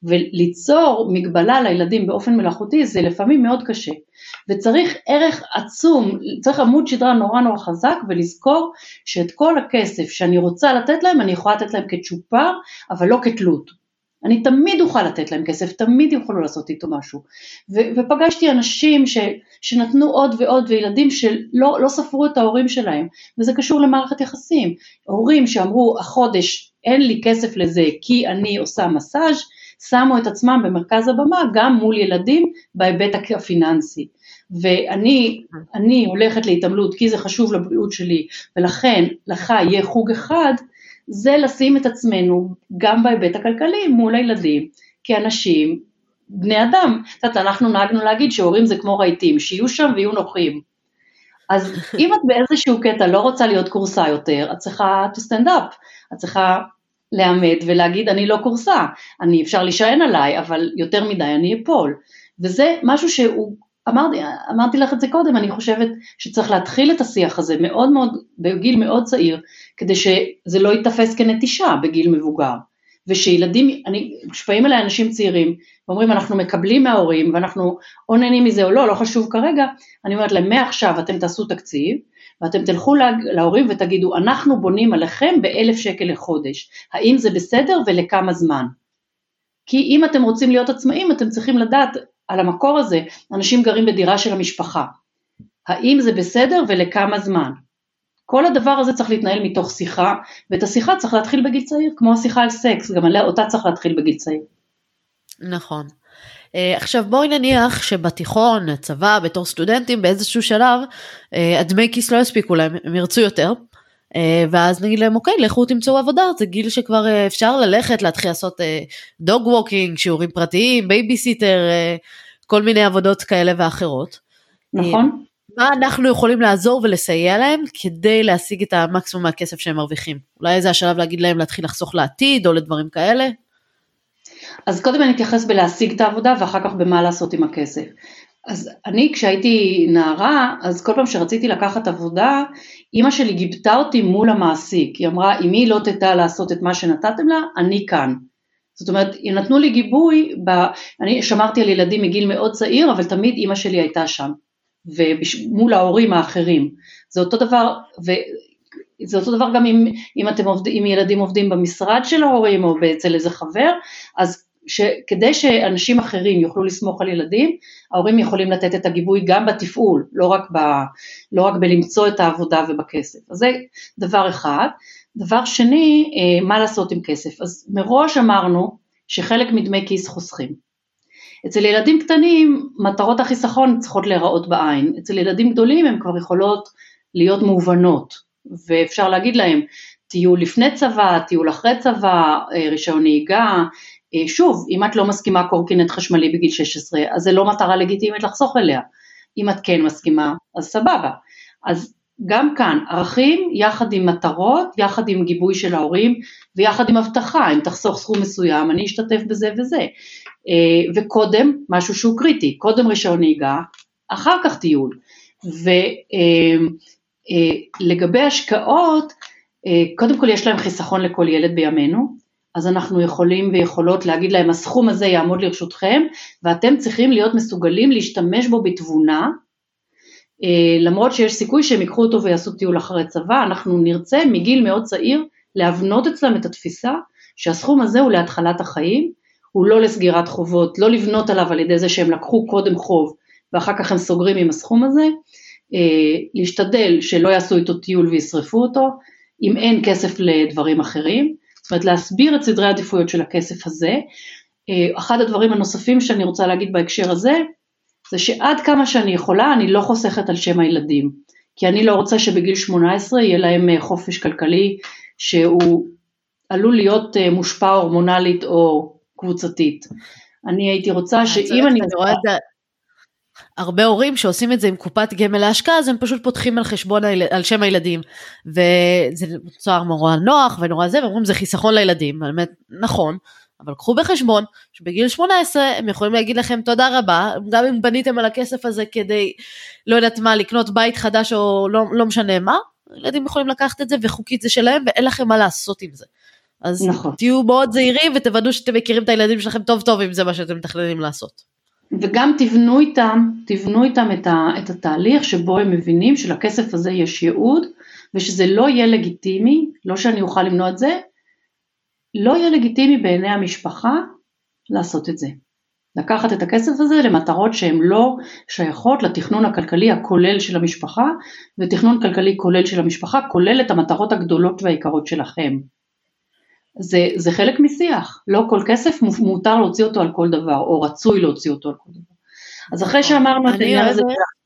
וליצור מגבלה לילדים באופן מלאכותי, זה לפעמים מאוד קשה. וצריך ערך עצום, צריך עמוד שדרה נורא נורא חזק, ולזכור שאת כל הכסף שאני רוצה לתת להם, אני יכולה לתת להם כצ'ופר, אבל לא כתלות. אני תמיד אוכל לתת להם כסף, תמיד יוכלו לעשות איתו משהו. ו- ופגשתי אנשים ש- שנתנו עוד ועוד, וילדים שלא לא ספרו את ההורים שלהם, וזה קשור למערכת יחסים. הורים שאמרו, החודש אין לי כסף לזה, כי אני עושה מסאז', שמו את עצמם במרכז הבמה, גם מול ילדים, בהיבט הפיננסי. ואני אני הולכת להתעמלות, כי זה חשוב לבריאות שלי, ולכן לך יהיה חוג אחד, זה לשים את עצמנו גם בהיבט הכלכלי מול הילדים, כאנשים, בני אדם. זאת, אנחנו נהגנו להגיד שהורים זה כמו רהיטים, שיהיו שם ויהיו נוחים. אז אם את באיזשהו קטע לא רוצה להיות קורסה יותר, את צריכה to stand up, את צריכה לעמד ולהגיד אני לא קורסה, אני אפשר להישען עליי, אבל יותר מדי אני אפול. וזה משהו שהוא, אמרתי, אמרתי לך את זה קודם, אני חושבת שצריך להתחיל את השיח הזה מאוד מאוד, בגיל מאוד צעיר, כדי שזה לא יתפס כנטישה בגיל מבוגר, ושילדים, אני, שפעים אליי אנשים צעירים, ואומרים אנחנו מקבלים מההורים, ואנחנו או נהנים מזה או לא, לא חשוב כרגע, אני אומרת להם, מעכשיו אתם תעשו תקציב, ואתם תלכו לה, להורים ותגידו, אנחנו בונים עליכם באלף שקל לחודש, האם זה בסדר ולכמה זמן? כי אם אתם רוצים להיות עצמאים, אתם צריכים לדעת על המקור הזה, אנשים גרים בדירה של המשפחה, האם זה בסדר ולכמה זמן? כל הדבר הזה צריך להתנהל מתוך שיחה, ואת השיחה צריך להתחיל בגיל צעיר, כמו השיחה על סקס, גם עליה אותה צריך להתחיל בגיל צעיר. נכון. עכשיו בואי נניח שבתיכון, צבא, בתור סטודנטים, באיזשהו שלב, הדמי כיס לא יספיקו להם, הם ירצו יותר, ואז נגיד להם, אוקיי, לכו תמצאו עבודה, זה גיל שכבר אפשר ללכת, להתחיל לעשות דוג ווקינג, שיעורים פרטיים, בייביסיטר, כל מיני עבודות כאלה ואחרות. נכון. מה אנחנו יכולים לעזור ולסייע להם, כדי להשיג את המקסימום מהכסף שהם מרוויחים? אולי זה השלב להגיד להם להתחיל לחסוך לעתיד, או לדברים כאלה? אז קודם אני אתייחס בלהשיג את העבודה, ואחר כך במה לעשות עם הכסף. אז אני כשהייתי נערה, אז כל פעם שרציתי לקחת עבודה, אמא שלי גיבתה אותי מול המעסיק, היא אמרה, אם היא לא תדע לעשות את מה שנתתם לה, אני כאן. זאת אומרת, נתנו לי גיבוי, ב... אני שמרתי על ילדים מגיל מאוד צעיר, אבל תמיד אמא שלי הייתה שם, ומול ההורים האחרים. זה אותו דבר, וזה אותו דבר גם אם, אם, אתם עובד... אם ילדים עובדים במשרד של ההורים, או אצל איזה חבר, אז כדי שאנשים אחרים יוכלו לסמוך על ילדים, ההורים יכולים לתת את הגיבוי גם בתפעול, לא רק, ב, לא רק בלמצוא את העבודה ובכסף. אז זה דבר אחד. דבר שני, מה לעשות עם כסף? אז מראש אמרנו שחלק מדמי כיס חוסכים. אצל ילדים קטנים, מטרות החיסכון צריכות להיראות בעין. אצל ילדים גדולים הן כבר יכולות להיות מובנות, ואפשר להגיד להם, טיול לפני צבא, טיול אחרי צבא, רישיון נהיגה, שוב, אם את לא מסכימה קורקינט חשמלי בגיל שש עשרה, אז זה לא מטרה לגיטימית לחסוך אליה. אם את כן מסכימה, אז סבבה. אז גם כאן, ערכים יחד עם מטרות, יחד עם גיבוי של ההורים, ויחד עם הבטחה, אם תחסוך סכום מסוים, אני אשתתף בזה וזה. וקודם, משהו שהוא קריטי, קודם רישיון נהיגה, אחר כך טיול. ולגבי השקעות, קודם כל יש להם חיסכון לכל ילד בימינו, אז אנחנו יכולים ויכולות להגיד להם, הסכום הזה יעמוד לרשותכם, ואתם צריכים להיות מסוגלים להשתמש בו בתבונה, למרות שיש סיכוי שהם ייקחו אותו ויעשו טיול אחרי צבא, אנחנו נרצה מגיל מאוד צעיר, להבנות אצלם את התפיסה, שהסכום הזה הוא להתחלת החיים, הוא לא לסגירת חובות, לא לבנות עליו על ידי זה שהם לקחו קודם חוב, ואחר כך הם סוגרים עם הסכום הזה, להשתדל שלא יעשו איתו טיול וישרפו אותו, אם אין כסף לדברים אחרים, זאת אומרת, להסביר את סדרי העדיפויות של הכסף הזה. אחד הדברים הנוספים שאני רוצה להגיד בהקשר הזה, זה שעד כמה שאני יכולה, אני לא חוסכת על שם הילדים, כי אני לא רוצה שבגיל שמונה עשרה יהיה להם חופש כלכלי, שהוא עלול להיות מושפע הורמונלית או קבוצתית. אני הייתי רוצה שאם אני... הרבה הורים שעושים את זה עם קופת גמל להשקעה, אז הם פשוט פותחים על חשבון, על שם הילדים, וזה נוצר נורא נוח ונורא זה, ואומרים זה חיסכון לילדים, באמת נכון, אבל קחו בחשבון שבגיל שמונה עשרה הם יכולים להגיד לכם תודה רבה, גם אם בניתם על הכסף הזה כדי, לא יודעת מה, לקנות בית חדש או לא, לא משנה מה, ילדים יכולים לקחת את זה וחוקית זה שלהם, ואין לכם מה לעשות עם זה. אז נכון. תהיו מאוד זהירים ותוודאו שאתם מכירים את הילדים שלכם טוב טוב, אם זה מה שאתם מתכננים לעשות. וגם תבנו איתם, תבנו איתם את, ה, את התהליך שבו הם מבינים שלכסף הזה יש ייעוד, ושזה לא יהיה לגיטימי, לא שאני אוכל למנוע את זה, לא יהיה לגיטימי בעיני המשפחה לעשות את זה. לקחת את הכסף הזה למטרות שהן לא שייכות לתכנון הכלכלי הכולל של המשפחה, ותכנון כלכלי כולל של המשפחה כולל את המטרות הגדולות והעיקרות שלכם. זה, זה חלק משיח, לא כל כסף מותר להוציא אותו על כל דבר, או רצוי להוציא אותו על כל דבר. אז אחרי שאמרנו את העניין הזה...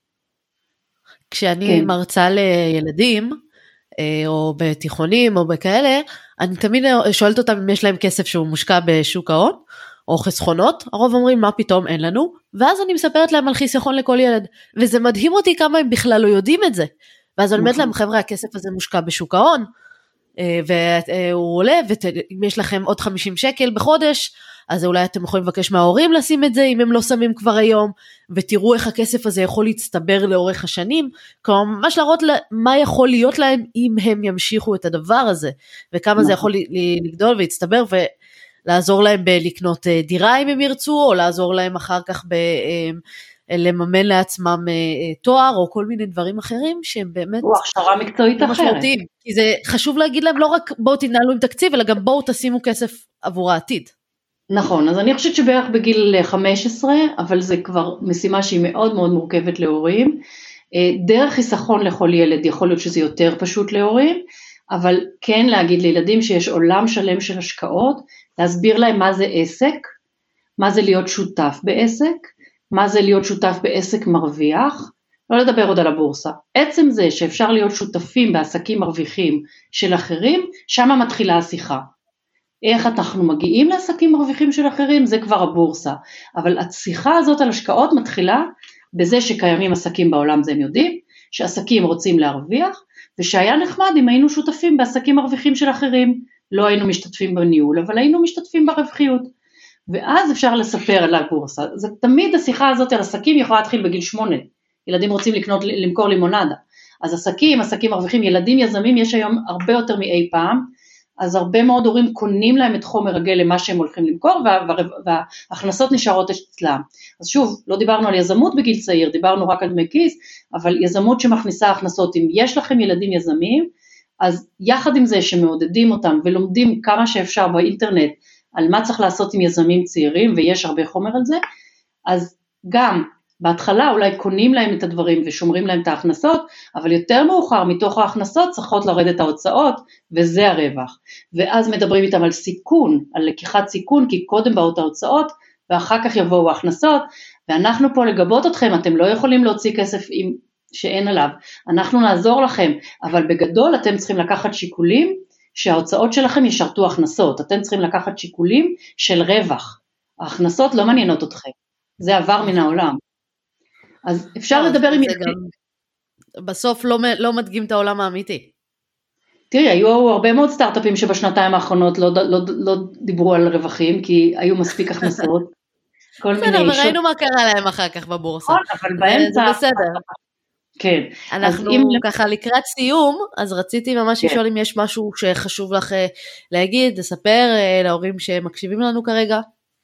כשאני מרצה לילדים, או בתיכונים, או בכאלה, אני תמיד שואלת אותם אם יש להם כסף שהוא מושקע בשוק ההון, או חסכונות, הרוב אומרים מה פתאום אין לנו, ואז אני מספרת להם על חיסכון לכל ילד, וזה מדהים אותי כמה הם בכלל לא יודעים את זה, ואז אני אומרת להם, חבר'ה, הכסף הזה מושקע בשוק ההון, והוא עולה, ואם יש לכם עוד חמישים שקל בחודש, אז אולי אתם יכולים לבקש מההורים לשים את זה, אם הם לא שמים כבר היום, ותראו איך הכסף הזה יכול להצטבר לאורך השנים, כלומר ממש להראות מה יכול להיות להם, אם הם ימשיכו את הדבר הזה, וכמה זה יכול לגדול ולהצטבר, ולעזור להם בלקנות דירה אם הם ירצו, או לעזור להם אחר כך ב... לממן לעצמם תואר, או כל מיני דברים אחרים, שהם באמת... או הכשרה מקצועית אחרת. כי זה חשוב להגיד להם, לא רק בואו תנהלו עם תקציב, אלא גם בואו תשימו כסף עבור העתיד. נכון, אז אני חושבת שבערך בגיל חמש עשרה, אבל זה כבר משימה שהיא מאוד מאוד מורכבת להורים. דרך חיסכון לכל ילד, יכול להיות שזה יותר פשוט להורים, אבל כן להגיד לילדים שיש עולם שלם של השקעות, להסביר להם מה זה עסק, מה זה להיות שותף בעסק, מה זה להיות שותף בעסק מרוויח, לא לדבר עוד על הבורסה. עצם זה שאפשר להיות שותפים בעסקים מרוויחים של אחרים, שם מתחילה השיחה. איך אנחנו מגיעים לעסקים מרוויחים של אחרים, זה כבר הבורסה. אבל השיחה הזאת על השקעות מתחילה בזה שקיימים עסקים בעולם, זה הם יודעים, שעסקים רוצים להרוויח, ושהיה נחמד אם היינו שותפים בעסקים מרוויחים של אחרים, לא היינו משתתפים בניהול, אבל היינו משתתפים ברווחיות. ואז אפשר לספר על הבורסה. זה תמיד השיחה הזאת על עסקים יכולה להתחיל בגיל שמונה. ילדים רוצים לקנות, למכור לימונדה. אז עסקים, עסקים מרוויחים, ילדים יזמים, יש היום הרבה יותר מאי פעם, אז הרבה מאוד הורים קונים להם את חומר הגל למה שהם הולכים למכור, וה, וה, וההכנסות נשארות אצלם. אז שוב, לא דיברנו על יזמות בגיל צעיר, דיברנו רק על דמי כיס, אבל יזמות שמכניסה הכנסות, אם יש לכם ילדים יזמים, אז יחד עם זה שמעודדים אותם ולומדים כמה שאפשר באינטרנט, על מה צריך לעשות עם יזמים צעירים, ויש הרבה חומר על זה, אז גם בהתחלה אולי קונים להם את הדברים ושומרים להם את ההכנסות, אבל יותר מאוחר מתוך ההכנסות צריכות לרדת ההוצאות, וזה הרווח. ואז מדברים איתם על סיכון, על לקיחת סיכון, כי קודם באות ההוצאות, ואחר כך יבואו ההכנסות, ואנחנו פה לגבות אתכם, אתם לא יכולים להוציא כסף עם, שאין עליו, אנחנו נעזור לכם, אבל בגדול אתם צריכים לקחת שיקולים, שההוצאות שלכם ישרתו הכנסות, אתם צריכים לקחת שיקולים של רווח, ההכנסות לא מעניינות אתכם, זה עבר מן העולם. אז אפשר לדבר עם... בסוף לא, לא מדגים את העולם האמיתי. תראי, היו הרבה מאוד סטארט-אפים שבשנתיים האחרונות לא, לא, לא דיברו על רווחים, כי היו מספיק הכנסות. בסדר, וראינו מה קרה להם אחר כך בבורסה. אבל באמצע... זה בסדר. כן. אנחנו אם... ככה לקראת סיום, אז רציתי ממש כן. לשאול אם יש משהו שחשוב לך להגיד, לספר להורים שמקשיבים לנו כרגע.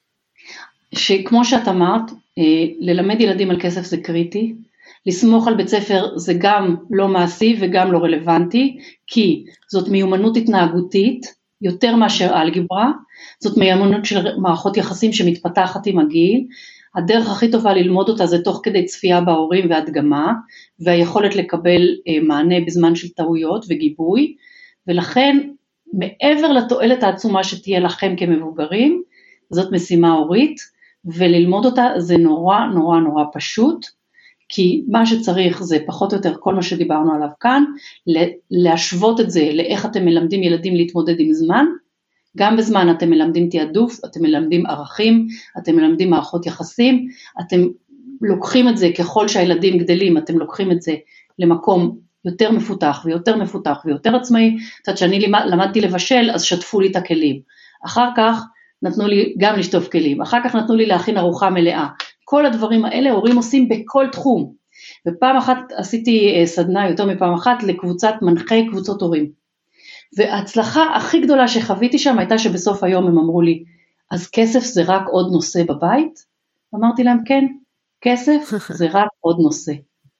שכמו שאת אמרת, ללמד ילדים על כסף זה קריטי, לסמוך על בית ספר זה גם לא מעשי וגם לא רלוונטי, כי זאת מיומנות התנהגותית, יותר מאשר אלגברה, זאת מיומנות של מערכות יחסים שמתפתחת עם הגיל, הדרך הכי טובה ללמוד אותה זה תוך כדי צפייה בהורים והדגמה, והיכולת לקבל מענה בזמן של טעויות וגיבוי, ולכן מעבר לתועלת העצומה שתהיה לכם כמבוגרים, זאת משימה הורית, וללמוד אותה זה נורא נורא נורא פשוט, כי מה שצריך זה פחות או יותר כל מה שדיברנו עליו כאן, להשוות את זה לאיך אתם מלמדים ילדים להתמודד עם זמן, גם בזמן אתם מלמדים תעדוף, אתם מלמדים ערכים, אתם מלמדים מערכות יחסים, אתם לוקחים את זה ככל שהילדים גדלים, אתם לוקחים את זה למקום יותר מפותח ויותר מפותח ויותר עצמאי, זאת שאני למדתי לבשל אז שטפו לי את הכלים, אחר כך נתנו לי גם לשטוף כלים, אחר כך נתנו לי להכין ארוחה מלאה, כל הדברים האלה הורים עושים בכל תחום, ופעם אחת עשיתי סדנה יותר מפעם אחת לקבוצת מנחי קבוצות הורים, וההצלחה הכי גדולה שחוויתי שם הייתה שבסוף היום הם אמרו לי, אז כסף זה רק עוד נושא בבית? אמרתי להם כן, כסף זה רק עוד נושא,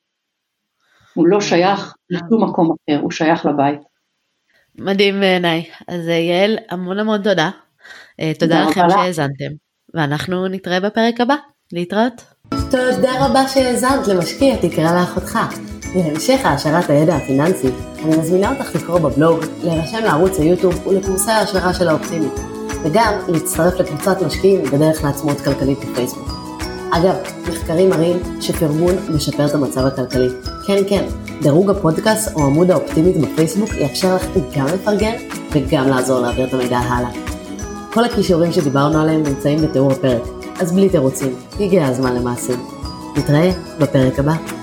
הוא לא שייך לשום מקום אחר, הוא שייך לבית. מדהים בעיניי, אז יעל המון המון תודה, תודה לכם שהאזנתם, ואנחנו נתראה בפרק הבא, להתראות. תודה רבה שהאזנת למשקיע תקרא לאחותך. להמשך העשרת הידע הפיננסי, אני מזמינה אותך לקרוא בבלוג, להירשם לערוץ היוטיוב ולקורסי ההשערה של האופטימית, וגם להצטרף לקבוצת משקיעים בדרך לעצמאות כלכלית בפייסבוק. אגב, מחקרים מראים שפרגון משפר את המצב הכלכלי. כן, כן, דירוג הפודקאסט או עמוד האופטימית בפייסבוק יאפשר לך גם לפרגן וגם לעזור להעביר את המידע הלאה. כל הכישורים שדיברנו עליהם נמצאים בתיאור הפרק, אז בלי תירוצים, הגיע הזמן למעשים. נתראה בפרק הבא.